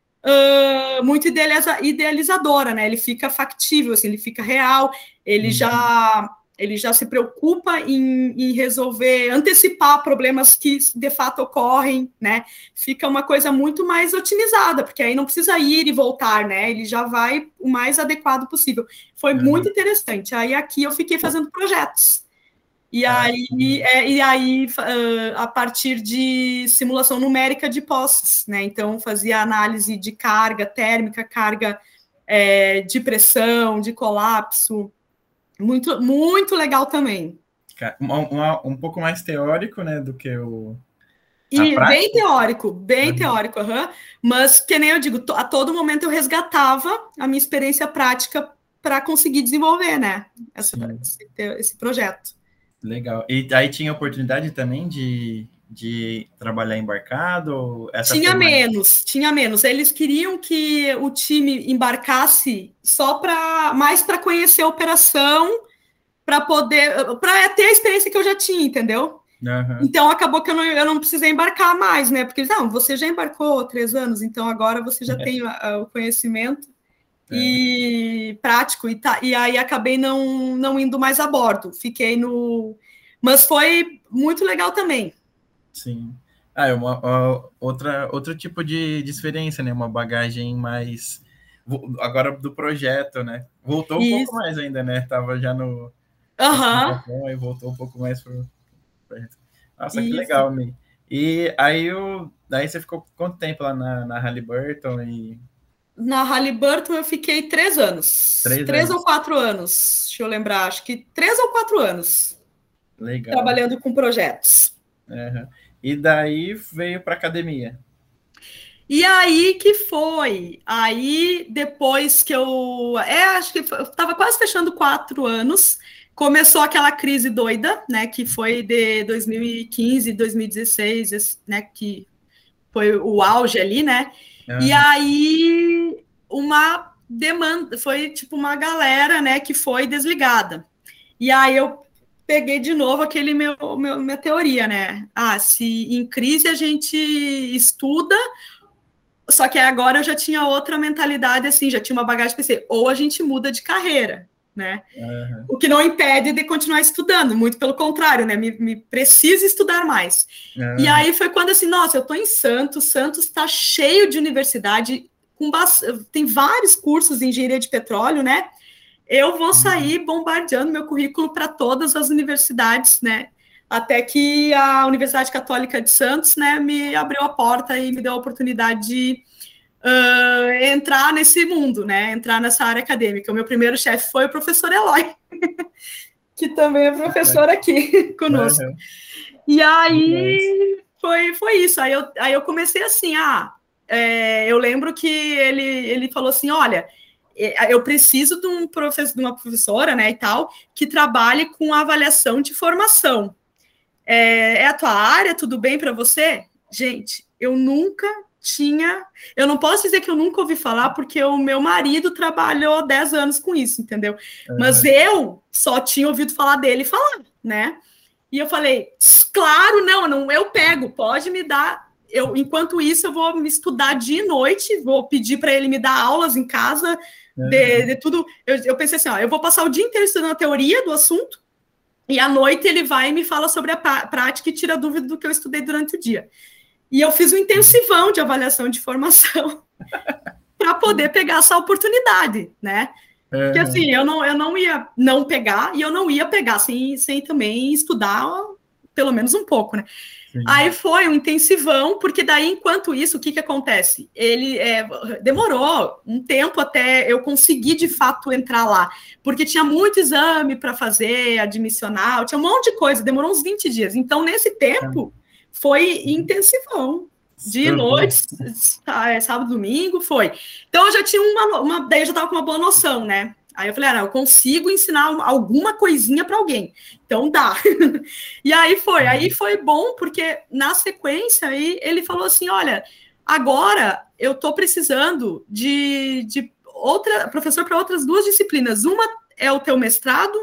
uh, muito idealiza, idealizadora, né? Ele fica factível, assim, ele fica real, ele, uhum. já, ele já se preocupa em, em resolver, antecipar problemas que de fato ocorrem, né? Fica uma coisa muito mais otimizada, porque aí não precisa ir e voltar, né? Ele já vai o mais adequado possível. Foi uhum. muito interessante. Aí aqui eu fiquei fazendo projetos. E aí, é, e aí uh, a partir de simulação numérica de poços, né? Então, fazia análise de carga térmica, carga é, de pressão, de colapso. Muito, muito legal também. Um, um, um pouco mais teórico, né, do que o... E bem teórico, bem uhum. teórico, uhum. Mas, que nem eu digo, a todo momento eu resgatava a minha experiência prática para conseguir desenvolver, né, essa, esse, esse projeto. Legal. E aí tinha oportunidade também de, de trabalhar embarcado? Essa tinha menos, mais... tinha menos. Eles queriam que o time embarcasse só para mais para conhecer a operação, para poder, para ter a experiência que eu já tinha, entendeu? Uhum. Então acabou que eu não, eu não precisei embarcar mais, né? Porque não, você já embarcou três anos, então agora você já é. tem a, o conhecimento. É. E prático, e, tá, e aí acabei não, não indo mais a bordo, fiquei no... Mas foi muito legal também. Sim. Ah, é uma, uma outra, outro tipo de, de experiência, né? Uma bagagem mais... Agora do projeto, né? Voltou um Isso. pouco mais ainda, né? Tava já no... Aham. E voltou um pouco mais pro projeto. Nossa, Isso. que legal, Mi. E aí, eu, daí você ficou quanto tempo lá na, na Halliburton e... Na Halliburton eu fiquei três anos. Três, três anos. ou quatro anos, deixa eu lembrar. Acho que três ou quatro anos. Legal. Trabalhando com projetos. Uhum. E daí veio para academia. E aí que foi. Aí, depois que eu... É, acho que eu estava quase fechando quatro anos. Começou aquela crise doida, né? Que foi de dois mil e quinze, dois mil e dezesseis, né? Que foi o auge ali, né? Uhum. E aí, uma demanda, foi tipo uma galera, né, que foi desligada. E aí eu peguei de novo aquele meu, meu minha teoria, né? Ah, se em crise a gente estuda, só que agora eu já tinha outra mentalidade, assim, já tinha uma bagagem, pensei, ou a gente muda de carreira, né? Uhum. O que não impede de continuar estudando, muito pelo contrário, né? Me, me precisa estudar mais. Uhum. E aí foi quando assim, nossa, eu tô em Santos, Santos está cheio de universidade, com tem vários cursos de engenharia de petróleo, né? Eu vou sair uhum. bombardeando meu currículo para todas as universidades, né? Até que a Universidade Católica de Santos, né, me abriu a porta e me deu a oportunidade de Uh, entrar nesse mundo, né? Entrar nessa área acadêmica. O meu primeiro chefe foi o professor Eloy, que também é professor aqui conosco. Uhum. E aí foi, foi isso. Aí eu, aí eu comecei assim, ah, é, eu lembro que ele, ele falou assim, olha, eu preciso de, um professor, de uma professora, né, e tal, que trabalhe com avaliação de formação. É, é a tua área? Tudo bem para você? Gente, eu nunca tinha... Eu não posso dizer que eu nunca ouvi falar, porque o meu marido trabalhou dez anos com isso, entendeu? Uhum. Mas eu só tinha ouvido falar dele falar, né? E eu falei, claro, não, não, eu pego, pode me dar... Eu, enquanto isso, eu vou me estudar dia e noite, vou pedir para ele me dar aulas em casa, uhum. de, de tudo. Eu, eu pensei assim, ó, eu vou passar o dia inteiro estudando a teoria do assunto, e à noite ele vai e me fala sobre a prática e tira dúvida do que eu estudei durante o dia. E eu fiz um intensivão de avaliação de formação para poder pegar essa oportunidade, né? Uhum. Porque assim, eu não, eu não ia não pegar, e eu não ia pegar sem, sem também estudar pelo menos um pouco, né? Sim. Aí foi um intensivão, porque daí, enquanto isso, o que que acontece? Ele é, demorou um tempo até eu conseguir, de fato, entrar lá, porque tinha muito exame para fazer, admissional, tinha um monte de coisa, demorou uns vinte dias. Então, nesse tempo... Foi intensivão. dia e noite, sábado, domingo, foi. Então eu já tinha uma, uma daí eu já estava com uma boa noção, né? Aí eu falei, ah, eu consigo ensinar alguma coisinha para alguém, então dá. E aí foi, aí foi bom, porque na sequência aí ele falou assim, olha, agora eu estou precisando de, de outra professor para outras duas disciplinas. Uma é o teu mestrado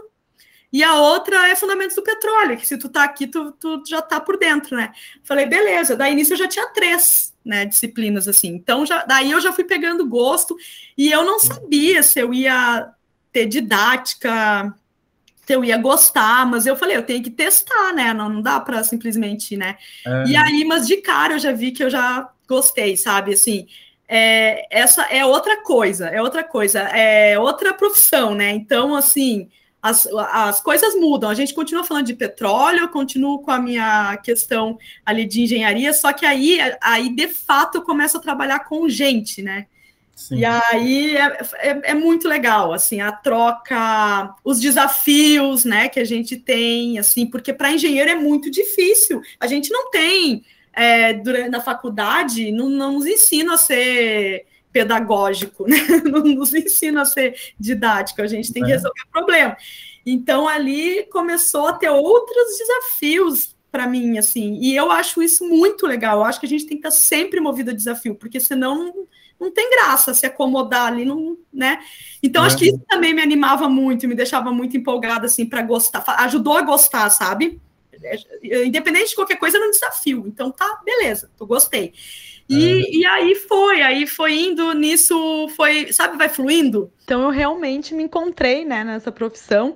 e a outra é Fundamentos do Petróleo, que se tu tá aqui, tu, tu já tá por dentro, né? Falei, beleza. Daí, início, eu já tinha três, né, disciplinas, assim. Então, já, daí eu já fui pegando gosto e eu não sabia se eu ia ter didática, se eu ia gostar, mas eu falei, eu tenho que testar, né? Não, não dá para simplesmente, né? Uhum. E aí, mas de cara eu já vi que eu já gostei, sabe? Assim, é, essa é outra coisa, é outra coisa, é outra profissão, né? Então, assim... As, as coisas mudam, a gente continua falando de petróleo, eu continuo com a minha questão ali de engenharia, só que aí, aí de fato, eu começo a trabalhar com gente, né? Sim. E aí é, é, é muito legal, assim, a troca, os desafios, né, que a gente tem, assim, porque para engenheiro é muito difícil, a gente não tem, é, durante, na faculdade, não, não nos ensina a ser... pedagógico, né? Não nos ensina a ser didático, a gente tem que resolver o problema. Então, ali começou a ter outros desafios para mim, assim, e eu acho isso muito legal, eu acho que a gente tem que estar sempre movido a desafio, porque senão não, não tem graça se acomodar ali, não, né? Então, é. acho que isso também me animava muito, me deixava muito empolgada, assim, para gostar, ajudou a gostar, sabe? Independente de qualquer coisa, era um desafio, então tá, beleza, eu gostei. E, e aí foi, aí foi indo nisso, foi, sabe, vai fluindo. Então eu realmente me encontrei, né, nessa profissão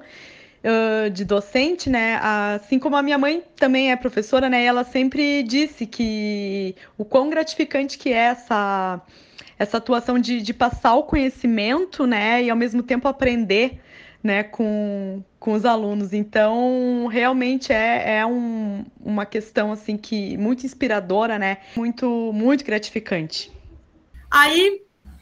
uh, de docente, né, assim como a minha mãe também é professora, né, ela sempre disse que o quão gratificante que é essa, essa atuação de, de passar o conhecimento, né, e ao mesmo tempo aprender, né, com, com os alunos. Então, realmente é, é um, uma questão, assim, que muito inspiradora, né, muito, muito gratificante. Aí,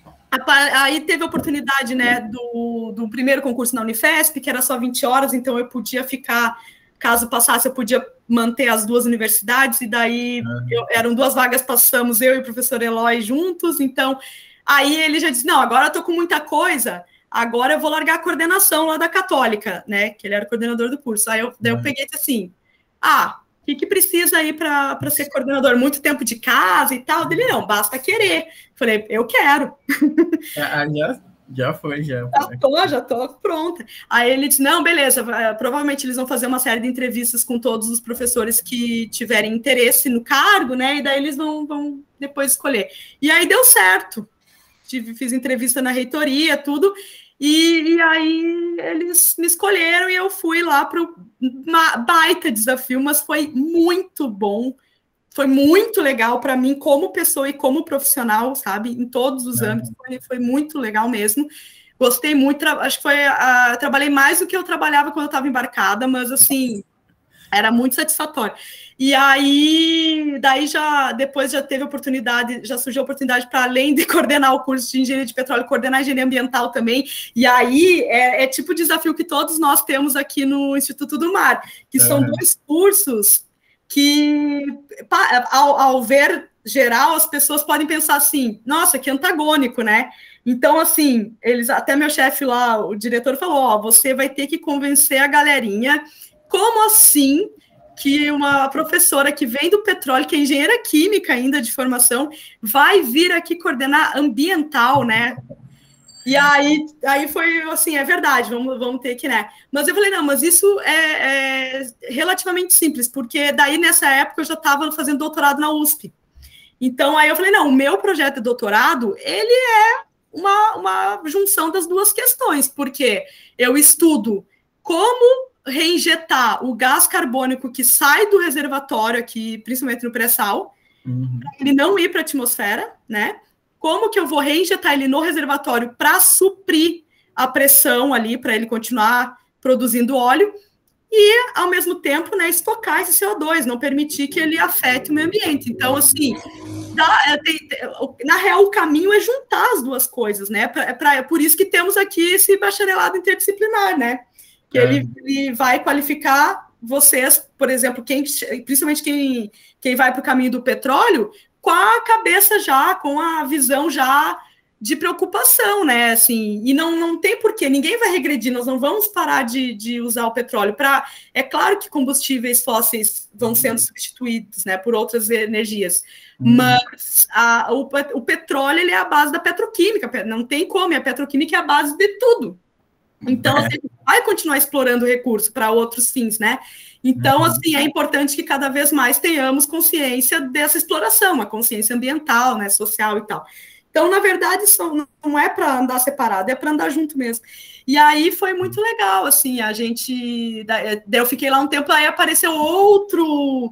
a, aí teve a oportunidade, né, do, do primeiro concurso na Unifesp, que era só vinte horas, então eu podia ficar, caso passasse, eu podia manter as duas universidades, e daí uhum. eu, eram duas vagas, passamos eu e o professor Eloy juntos, então, aí ele já disse, não, agora eu tô com muita coisa, agora eu vou largar a coordenação lá da Católica, né? Que ele era o coordenador do curso. Aí eu, daí eu peguei e disse assim, ah, o que, que precisa aí para ser coordenador? Muito tempo de casa e tal? Dele, não, basta querer. Falei, eu quero. Ah, já, já foi, já. Já tô, já tô pronta. Aí ele disse, não, beleza, provavelmente eles vão fazer uma série de entrevistas com todos os professores que tiverem interesse no cargo, né? E daí eles vão, vão depois escolher. E aí deu certo. Tive, fiz entrevista na reitoria, tudo... E, e aí eles me escolheram e eu fui lá para o baita desafio, mas foi muito bom, foi muito legal para mim como pessoa e como profissional, sabe? Em todos os é. âmbitos, foi, foi muito legal mesmo. Gostei muito, acho que foi, uh, trabalhei mais do que eu trabalhava quando eu estava embarcada, mas assim, era muito satisfatório. E aí, daí já, depois já teve oportunidade, já surgiu a oportunidade para, além de coordenar o curso de engenharia de petróleo, coordenar a engenharia ambiental também, e aí é, é tipo o desafio que todos nós temos aqui no Instituto do Mar, que uhum. são dois cursos que, ao, ao ver geral, as pessoas podem pensar assim, nossa, que antagônico, né? Então, assim, eles, até meu chefe lá, o diretor falou, ó, você vai ter que convencer a galerinha, como assim que uma professora que vem do petróleo, que é engenheira química ainda de formação, vai vir aqui coordenar ambiental, né? E aí, aí foi assim, é verdade, vamos, vamos ter que, né? Mas eu falei, não, mas isso é, é relativamente simples, porque daí nessa época eu já estava fazendo doutorado na U S P. Então aí eu falei, não, o meu projeto de doutorado, ele é uma, uma junção das duas questões, porque eu estudo como reinjetar o gás carbônico que sai do reservatório aqui, principalmente no pré-sal, uhum. para ele não ir para a atmosfera, né? Como que eu vou reinjetar ele no reservatório para suprir a pressão ali, para ele continuar produzindo óleo, e, ao mesmo tempo, né, estocar esse C O dois, não permitir que ele afete o meio ambiente. Então, assim, dá, tem, na real, o caminho é juntar as duas coisas, né? Pra, pra, é por isso que temos aqui esse bacharelado interdisciplinar, né? Que é. ele, ele vai qualificar vocês, por exemplo, quem, principalmente quem, quem vai para o caminho do petróleo, com a cabeça já, com a visão já de preocupação, né, assim, e não, não tem porquê, ninguém vai regredir, nós não vamos parar de, de usar o petróleo para, é claro que combustíveis fósseis vão sendo substituídos, né, por outras energias, uhum. mas a, o, o petróleo, ele é a base da petroquímica, não tem como, e a petroquímica é a base de tudo, então, é. assim, vai continuar explorando o recurso para outros fins, né, então, uhum. assim, é importante que cada vez mais tenhamos consciência dessa exploração, uma consciência ambiental, né, social e tal. Então, na verdade, isso não é para andar separado, é para andar junto mesmo. E aí foi muito legal, assim, a gente... Daí eu fiquei lá um tempo, aí apareceu outro,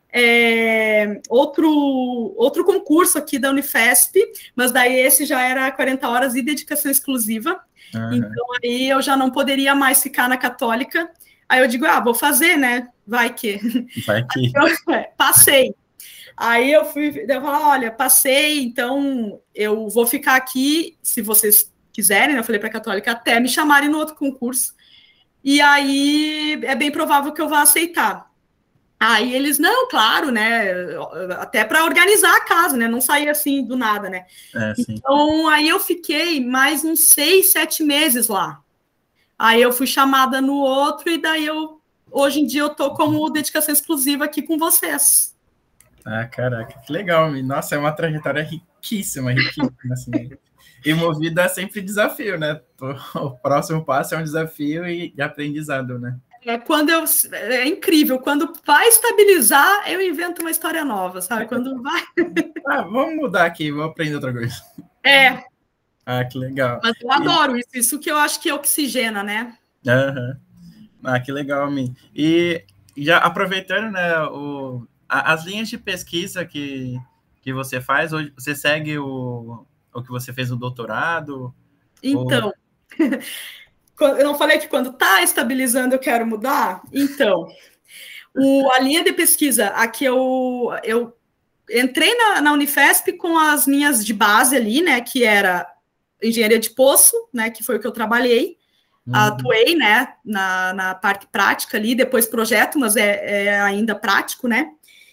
é, outro, outro concurso aqui da Unifesp, mas daí esse já era quarenta horas e dedicação exclusiva. Uhum. Então, aí eu já não poderia mais ficar na Católica. Aí eu digo, ah, vou fazer, né? Vai que... Vai que... Eu, é, passei. Aí eu fui, eu falei, olha, passei, então eu vou ficar aqui, se vocês quiserem, né, eu falei para a Católica, até me chamarem no outro concurso, e aí é bem provável que eu vá aceitar. Aí eles, não, claro, né, até para organizar a casa, né, não sair assim do nada, né. É, então, aí eu fiquei mais uns seis, sete meses lá. Aí eu fui chamada no outro, e daí eu, hoje em dia eu tô como dedicação exclusiva aqui com vocês. Ah, caraca, que legal. Nossa, é uma trajetória riquíssima, riquíssima, assim. E movida é sempre desafio, né? O próximo passo é um desafio e de aprendizado, né? É, quando eu, é incrível, quando vai estabilizar, eu invento uma história nova, sabe? Quando vai... Ah, vamos mudar aqui, vou aprender outra coisa. É. Ah, que legal. Mas eu adoro isso, isso que eu acho que oxigena, né? Aham. Ah, que legal, Mi. E já aproveitando, né, o... as linhas de pesquisa que, que você faz, hoje você segue o, o que você fez no doutorado? Então, ou... eu não falei que quando está estabilizando eu quero mudar? Então, o, a linha de pesquisa, aqui eu, eu entrei na, na Unifesp com as minhas de base ali, né, que era engenharia de poço, né, que foi o que eu trabalhei, uhum. atuei, né, na, na parte prática ali, depois projeto, mas é, é ainda prático, né,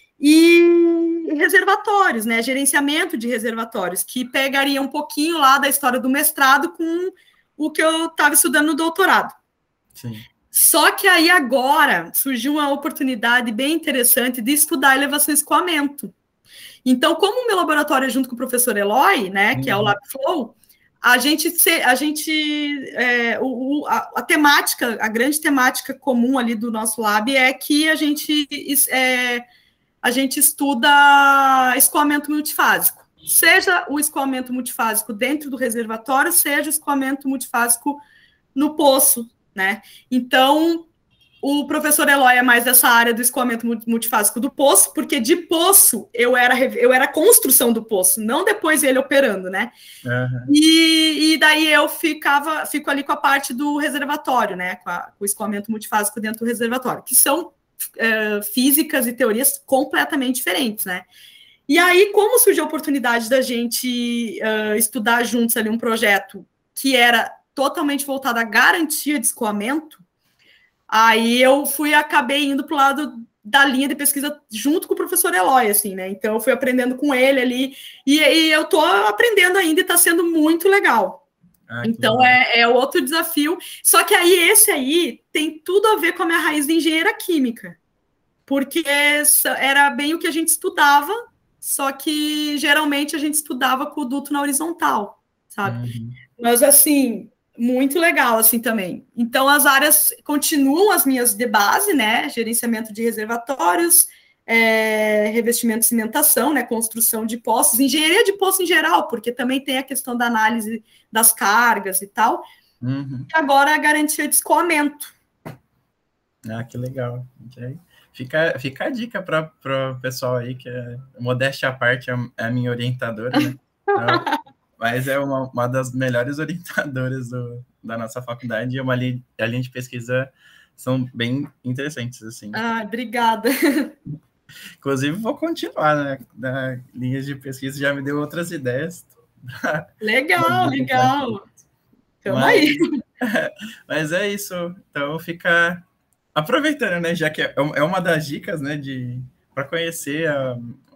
e reservatórios, né, gerenciamento de reservatórios, que pegaria um pouquinho lá da história do mestrado com o que eu estava estudando no doutorado. Sim. Só que aí agora surgiu uma oportunidade bem interessante de estudar elevação e escoamento. Então, como o meu laboratório é junto com o professor Eloy, né, que uhum. é o LabFlow, a gente, a gente é, o, a, a temática, a grande temática comum ali do nosso lab é que a gente é, a gente estuda escoamento multifásico, seja o escoamento multifásico dentro do reservatório, seja o escoamento multifásico no poço, né? Então, o professor Eloy é mais dessa área do escoamento multifásico do poço, porque de poço eu era, eu era a construção do poço, não depois ele operando, né? Uhum. E, e daí eu ficava, fico ali com a parte do reservatório, né? Com, a, com o escoamento multifásico dentro do reservatório, que são Uh, físicas e teorias completamente diferentes, né? E aí, como surgiu a oportunidade da gente uh, estudar juntos ali um projeto que era totalmente voltado à garantia de escoamento, aí eu fui, acabei indo para o lado da linha de pesquisa junto com o professor Eloy, assim, né? Então, eu fui aprendendo com ele ali, e, e eu tô aprendendo ainda e está sendo muito legal. Ah, então, é, é outro desafio. Só que aí, esse aí tem tudo a ver com a minha raiz de engenheira química. Porque era bem o que a gente estudava, só que, geralmente, a gente estudava com o duto na horizontal, sabe? Uhum. Mas, assim, muito legal, assim, também. Então, as áreas continuam as minhas de base, né? Gerenciamento de reservatórios, É, revestimento de cimentação, né, construção de poços, engenharia de poço em geral, porque também tem a questão da análise das cargas e tal, uhum. E agora a garantia de escoamento. Ah, que legal. Okay. Fica, fica a dica para o pessoal aí, que é, modéstia à parte, é a minha orientadora, né? Então, mas é uma, uma das melhores orientadoras do, da nossa faculdade, e uma linha, a linha de pesquisa são bem interessantes, assim. Ah, obrigada. Inclusive, vou continuar, né? Na linha de pesquisa, já me deu outras ideias. Legal, legal. Tamo aí. Mas é isso. Então, fica aproveitando, né? Já que é uma das dicas, né? De para conhecer a,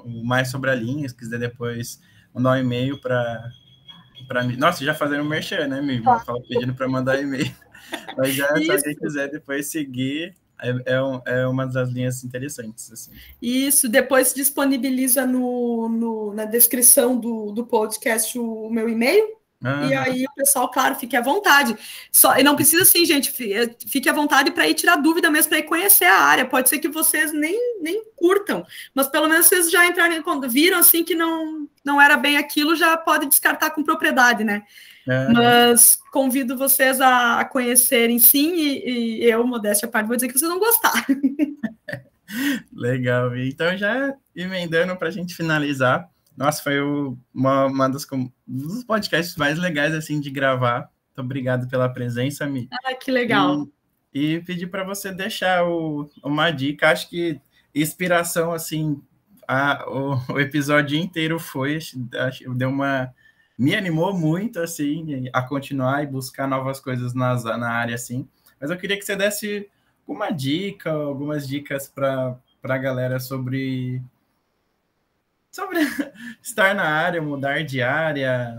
o Mais Sobre a Linha, se quiser depois mandar um e-mail para para mim. Nossa, já fazendo um merchan, né, me fala pedindo para mandar e-mail. Mas já, se alguém quiser depois seguir, é, é, um, é uma das linhas interessantes. Assim. Isso, depois disponibiliza no, no, na descrição do, do podcast o, o meu e-mail. Ah. E aí o pessoal, claro, fique à vontade. Só, e não precisa assim, gente, fique à vontade para ir tirar dúvida mesmo, para ir conhecer a área. Pode ser que vocês nem, nem curtam, mas pelo menos vocês já entraram, quando viram assim que não, não era bem aquilo, já pode descartar com propriedade, né? É. Mas convido vocês a, a conhecerem sim, e, e eu, modéstia à parte, vou dizer que vocês vão gostar. Legal, então já emendando para a gente finalizar. Nossa, foi o, uma, uma das, um dos podcasts mais legais, assim, de gravar. Muito obrigado pela presença, Mi. Ah, que legal. E, e pedir para você deixar o, uma dica. Acho que inspiração, assim, a, o, o episódio inteiro foi, acho, deu uma... Me animou muito, assim, a continuar e buscar novas coisas nas, na área, assim. Mas eu queria que você desse uma dica, algumas dicas para a galera sobre... sobre estar na área, mudar de área,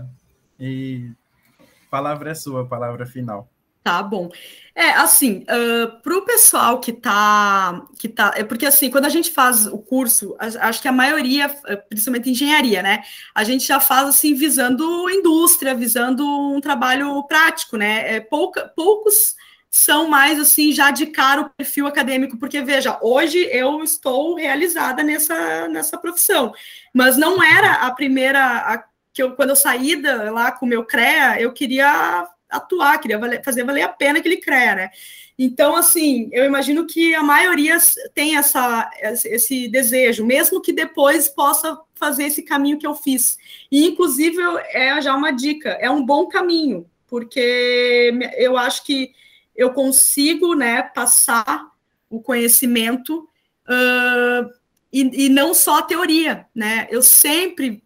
e a palavra é sua, a palavra final. Tá bom. É, assim, uh, para o pessoal que tá, que tá... É porque, assim, quando a gente faz o curso, acho que a maioria, principalmente engenharia, né? A gente já faz, assim, visando indústria, visando um trabalho prático, né? É, pouca, poucos... são mais, assim, já de cara o perfil acadêmico, porque, veja, hoje eu estou realizada nessa, nessa profissão, mas não era a primeira, a, que eu, quando eu saí da, lá com o meu CREA, eu queria atuar, queria valer, fazer valer a pena aquele CREA, né? Então, assim, eu imagino que a maioria tem essa, esse desejo, mesmo que depois possa fazer esse caminho que eu fiz. E, inclusive, é já uma dica, é um bom caminho, porque eu acho que eu consigo, né, passar o conhecimento uh, e, e não só a teoria, né? Eu sempre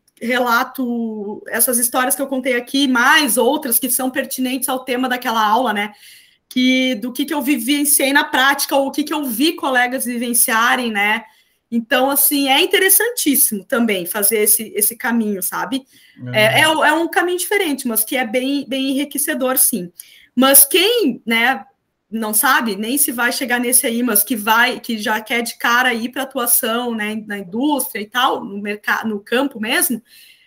relato essas histórias que eu contei aqui, mais outras que são pertinentes ao tema daquela aula, né? Que, do que, que eu vivenciei na prática, ou o que, que eu vi colegas vivenciarem, né? Então, assim, é interessantíssimo também fazer esse, esse caminho, sabe? Uhum. É, é, é um caminho diferente, mas que é bem, bem enriquecedor, sim. Mas quem, né, não sabe nem se vai chegar nesse aí, mas que vai, que já quer de cara ir para atuação, né, na indústria e tal, no mercado, no campo mesmo,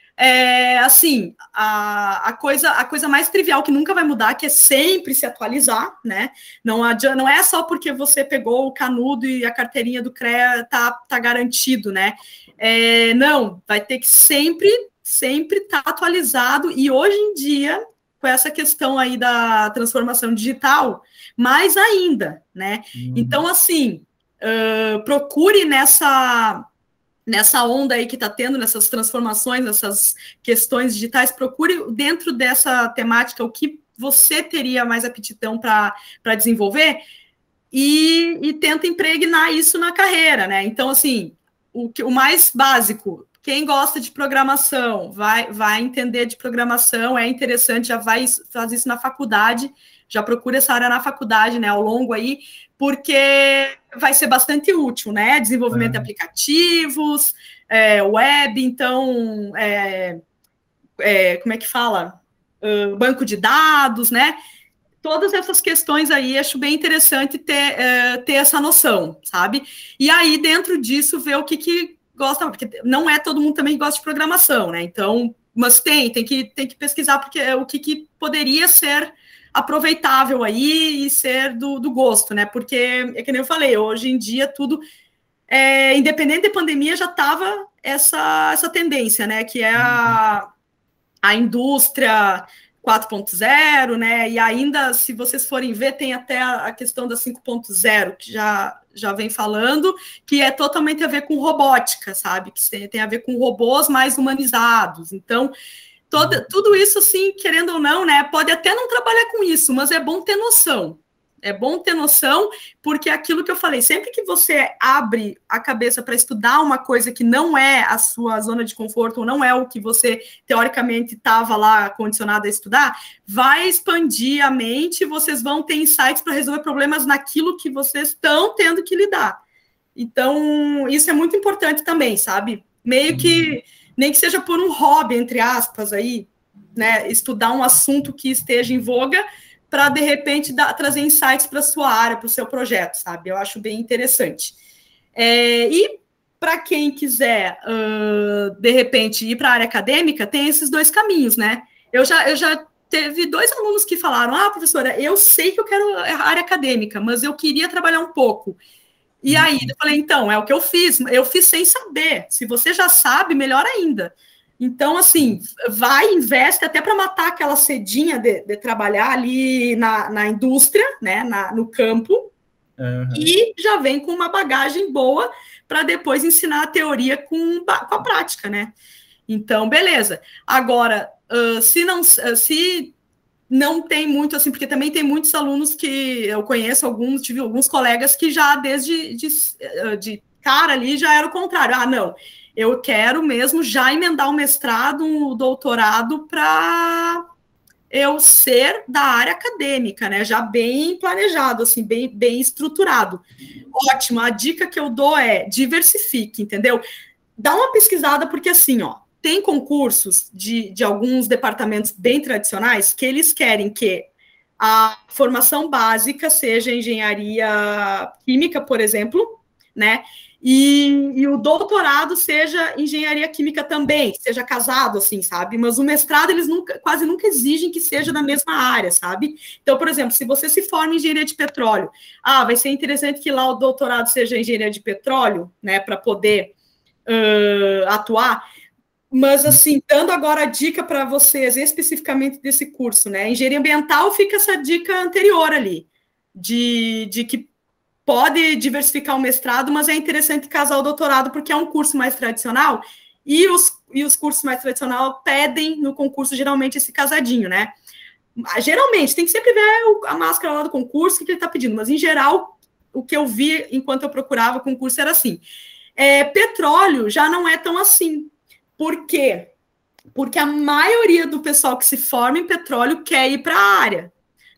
é assim, a, a, coisa, a coisa mais trivial que nunca vai mudar, que é sempre se atualizar, né? Não adianta, não é só porque você pegou o canudo e a carteirinha do CREA tá, tá garantido, né? É, não, vai ter que sempre, sempre estar tá atualizado, e hoje em dia, com essa questão aí da transformação digital, mais ainda, né? Hum. Então, assim, uh, procure nessa, nessa onda aí que está tendo, nessas transformações, nessas questões digitais, procure dentro dessa temática o que você teria mais aptidão para desenvolver e, e tenta impregnar isso na carreira, né? Então, assim, o, o mais básico... Quem gosta de programação vai, vai entender de programação, é interessante, já vai fazer isso na faculdade, já procura essa área na faculdade, né, ao longo aí, porque vai ser bastante útil, né, desenvolvimento é. de aplicativos, é, web, então, é, é, como é que fala? Uh, banco de dados, né, todas essas questões aí, acho bem interessante ter, é, ter essa noção, sabe? E aí, dentro disso, ver o que que gosta, porque não é todo mundo também que gosta de programação, né? Então, mas tem, tem que, tem que pesquisar porque é o que, que poderia ser aproveitável aí e ser do, do gosto, né? Porque, é que nem eu falei, hoje em dia tudo, é, independente da pandemia, já estava essa, essa tendência, né? Que é a, a indústria quatro ponto zero, né? E ainda, se vocês forem ver, tem até a questão da cinco ponto zero, que já, já vem falando, que é totalmente a ver com robótica, sabe? Que tem a ver com robôs mais humanizados. Então, toda, tudo isso, assim, querendo ou não, né? Pode até não trabalhar com isso, mas é bom ter noção. É bom ter noção, porque é aquilo que eu falei, sempre que você abre a cabeça para estudar uma coisa que não é a sua zona de conforto, ou não é o que você, teoricamente, estava lá condicionado a estudar, vai expandir a mente, vocês vão ter insights para resolver problemas naquilo que vocês estão tendo que lidar. Então, isso é muito importante também, sabe? meio que, nem que seja por um hobby, entre aspas, aí, né, estudar um assunto que esteja em voga para, de repente, dar, trazer insights para a sua área, para o seu projeto, sabe? Eu acho bem interessante. É, e para quem quiser, uh, de repente, ir para a área acadêmica, tem esses dois caminhos, né? Eu já, eu já teve dois alunos que falaram, ah, professora, eu sei que eu quero a área acadêmica, mas eu queria trabalhar um pouco. E aí, eu falei, então, é o que eu fiz. Eu fiz sem saber. Se você já sabe, melhor ainda. Então, assim, vai, investe até para matar aquela sedinha de, de trabalhar ali na, na indústria, né, na, no campo, uhum. E já vem com uma bagagem boa para depois ensinar a teoria com, com a prática, né? Então, beleza. Agora, uh, se não... Uh, se não tem muito, assim, porque também tem muitos alunos que eu conheço, alguns, tive alguns colegas que já desde de, de cara ali já era o contrário. Ah, não, eu quero mesmo já emendar o mestrado, o doutorado para eu ser da área acadêmica, né? Já bem planejado, assim, bem, bem estruturado. Ótimo, a dica que eu dou é diversifique, entendeu? Dá uma pesquisada, porque assim, ó, tem concursos de, de alguns departamentos bem tradicionais que eles querem que a formação básica seja engenharia química, por exemplo, né? E, e o doutorado seja engenharia química também, seja casado, assim, sabe? Mas o mestrado, eles nunca, quase nunca exigem que seja da mesma área, sabe? Então, por exemplo, se você se forma em engenharia de petróleo, ah, vai ser interessante que lá o doutorado seja engenharia de petróleo, né? Para poder uh, atuar. Mas, assim, dando agora a dica para vocês, especificamente desse curso, né? Engenharia ambiental fica essa dica anterior ali, de, de que pode diversificar o mestrado, mas é interessante casar o doutorado, porque é um curso mais tradicional, e os, e os cursos mais tradicionais pedem no concurso, geralmente, esse casadinho, né? Geralmente, tem que sempre ver a máscara lá do concurso, o que ele está pedindo, mas, em geral, o que eu vi enquanto eu procurava o concurso era assim. É, petróleo já não é tão assim. Por quê? Porque a maioria do pessoal que se forma em petróleo quer ir para a área,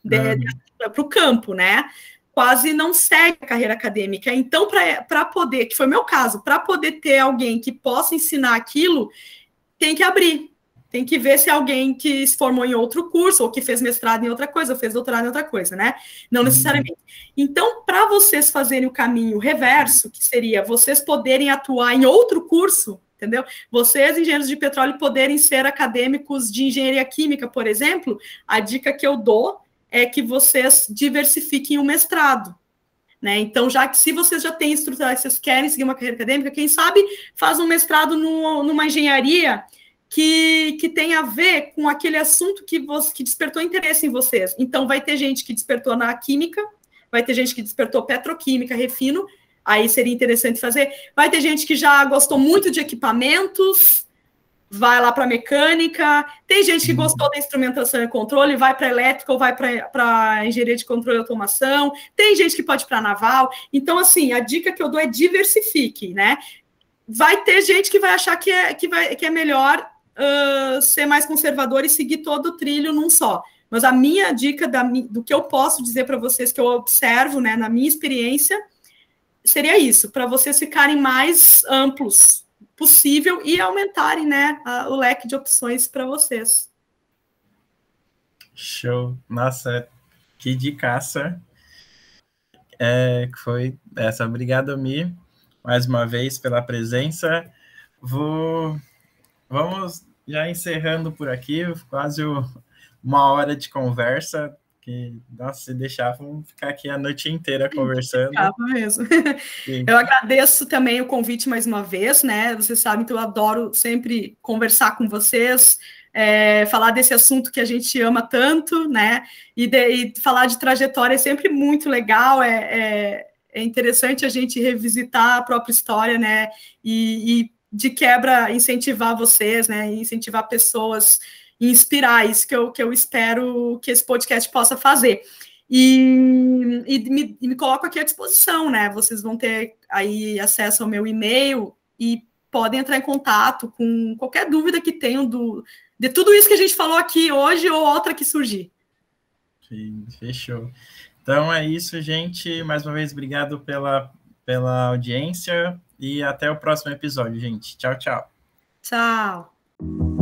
uhum. para o campo, né? Quase não segue a carreira acadêmica. Então, para poder, que foi meu caso, para poder ter alguém que possa ensinar aquilo, tem que abrir. Tem que ver se alguém que se formou em outro curso, ou que fez mestrado em outra coisa, ou fez doutorado em outra coisa, né? Não necessariamente. Uhum. Então, para vocês fazerem o caminho reverso, que seria vocês poderem atuar em outro curso, entendeu? Vocês, engenheiros de petróleo, poderem ser acadêmicos de engenharia química, por exemplo, a dica que eu dou é que vocês diversifiquem o mestrado, né? Então, já que se vocês já têm estrutura, vocês querem seguir uma carreira acadêmica, quem sabe faz um mestrado no, numa engenharia que, que tem a ver com aquele assunto que, você, que despertou interesse em vocês. Então, vai ter gente que despertou na química, vai ter gente que despertou petroquímica, refino, aí seria interessante fazer. Vai ter gente que já gostou muito de equipamentos, vai lá para mecânica. Tem gente que gostou da instrumentação e controle, vai para elétrica ou vai para engenharia de controle e automação. Tem gente que pode ir para naval. Então, assim, a dica que eu dou é diversifique, né? Vai ter gente que vai achar que é, que vai, que é melhor uh, ser mais conservador e seguir todo o trilho num só. Mas a minha dica da, do que eu posso dizer para vocês, que eu observo, né, na minha experiência, seria isso, para vocês ficarem mais amplos possível e aumentarem, né, a, o leque de opções para vocês. Show! Nossa, que dicaça é, foi essa. Obrigado, Mi, mais uma vez pela presença. Vou, vamos já encerrando por aqui, quase uma hora de conversa. Que, nossa, se deixar, vamos ficar aqui a noite inteira conversando. Mesmo. Eu agradeço também o convite mais uma vez, né? Vocês sabem que eu adoro sempre conversar com vocês, é, falar desse assunto que a gente ama tanto, né? E, de, e falar de trajetória é sempre muito legal, é, é, é interessante a gente revisitar a própria história, né? E, e de quebra incentivar vocês, né? Incentivar pessoas, inspirar, isso que eu, que eu espero que esse podcast possa fazer. E, e, me, e me coloco aqui à disposição, né? Vocês vão ter aí acesso ao meu e-mail e podem entrar em contato com qualquer dúvida que tenham do, de tudo isso que a gente falou aqui hoje ou outra que surgir. Sim, fechou. Então é isso, gente. Mais uma vez, obrigado pela pela audiência e até o próximo episódio, gente. Tchau, tchau. Tchau.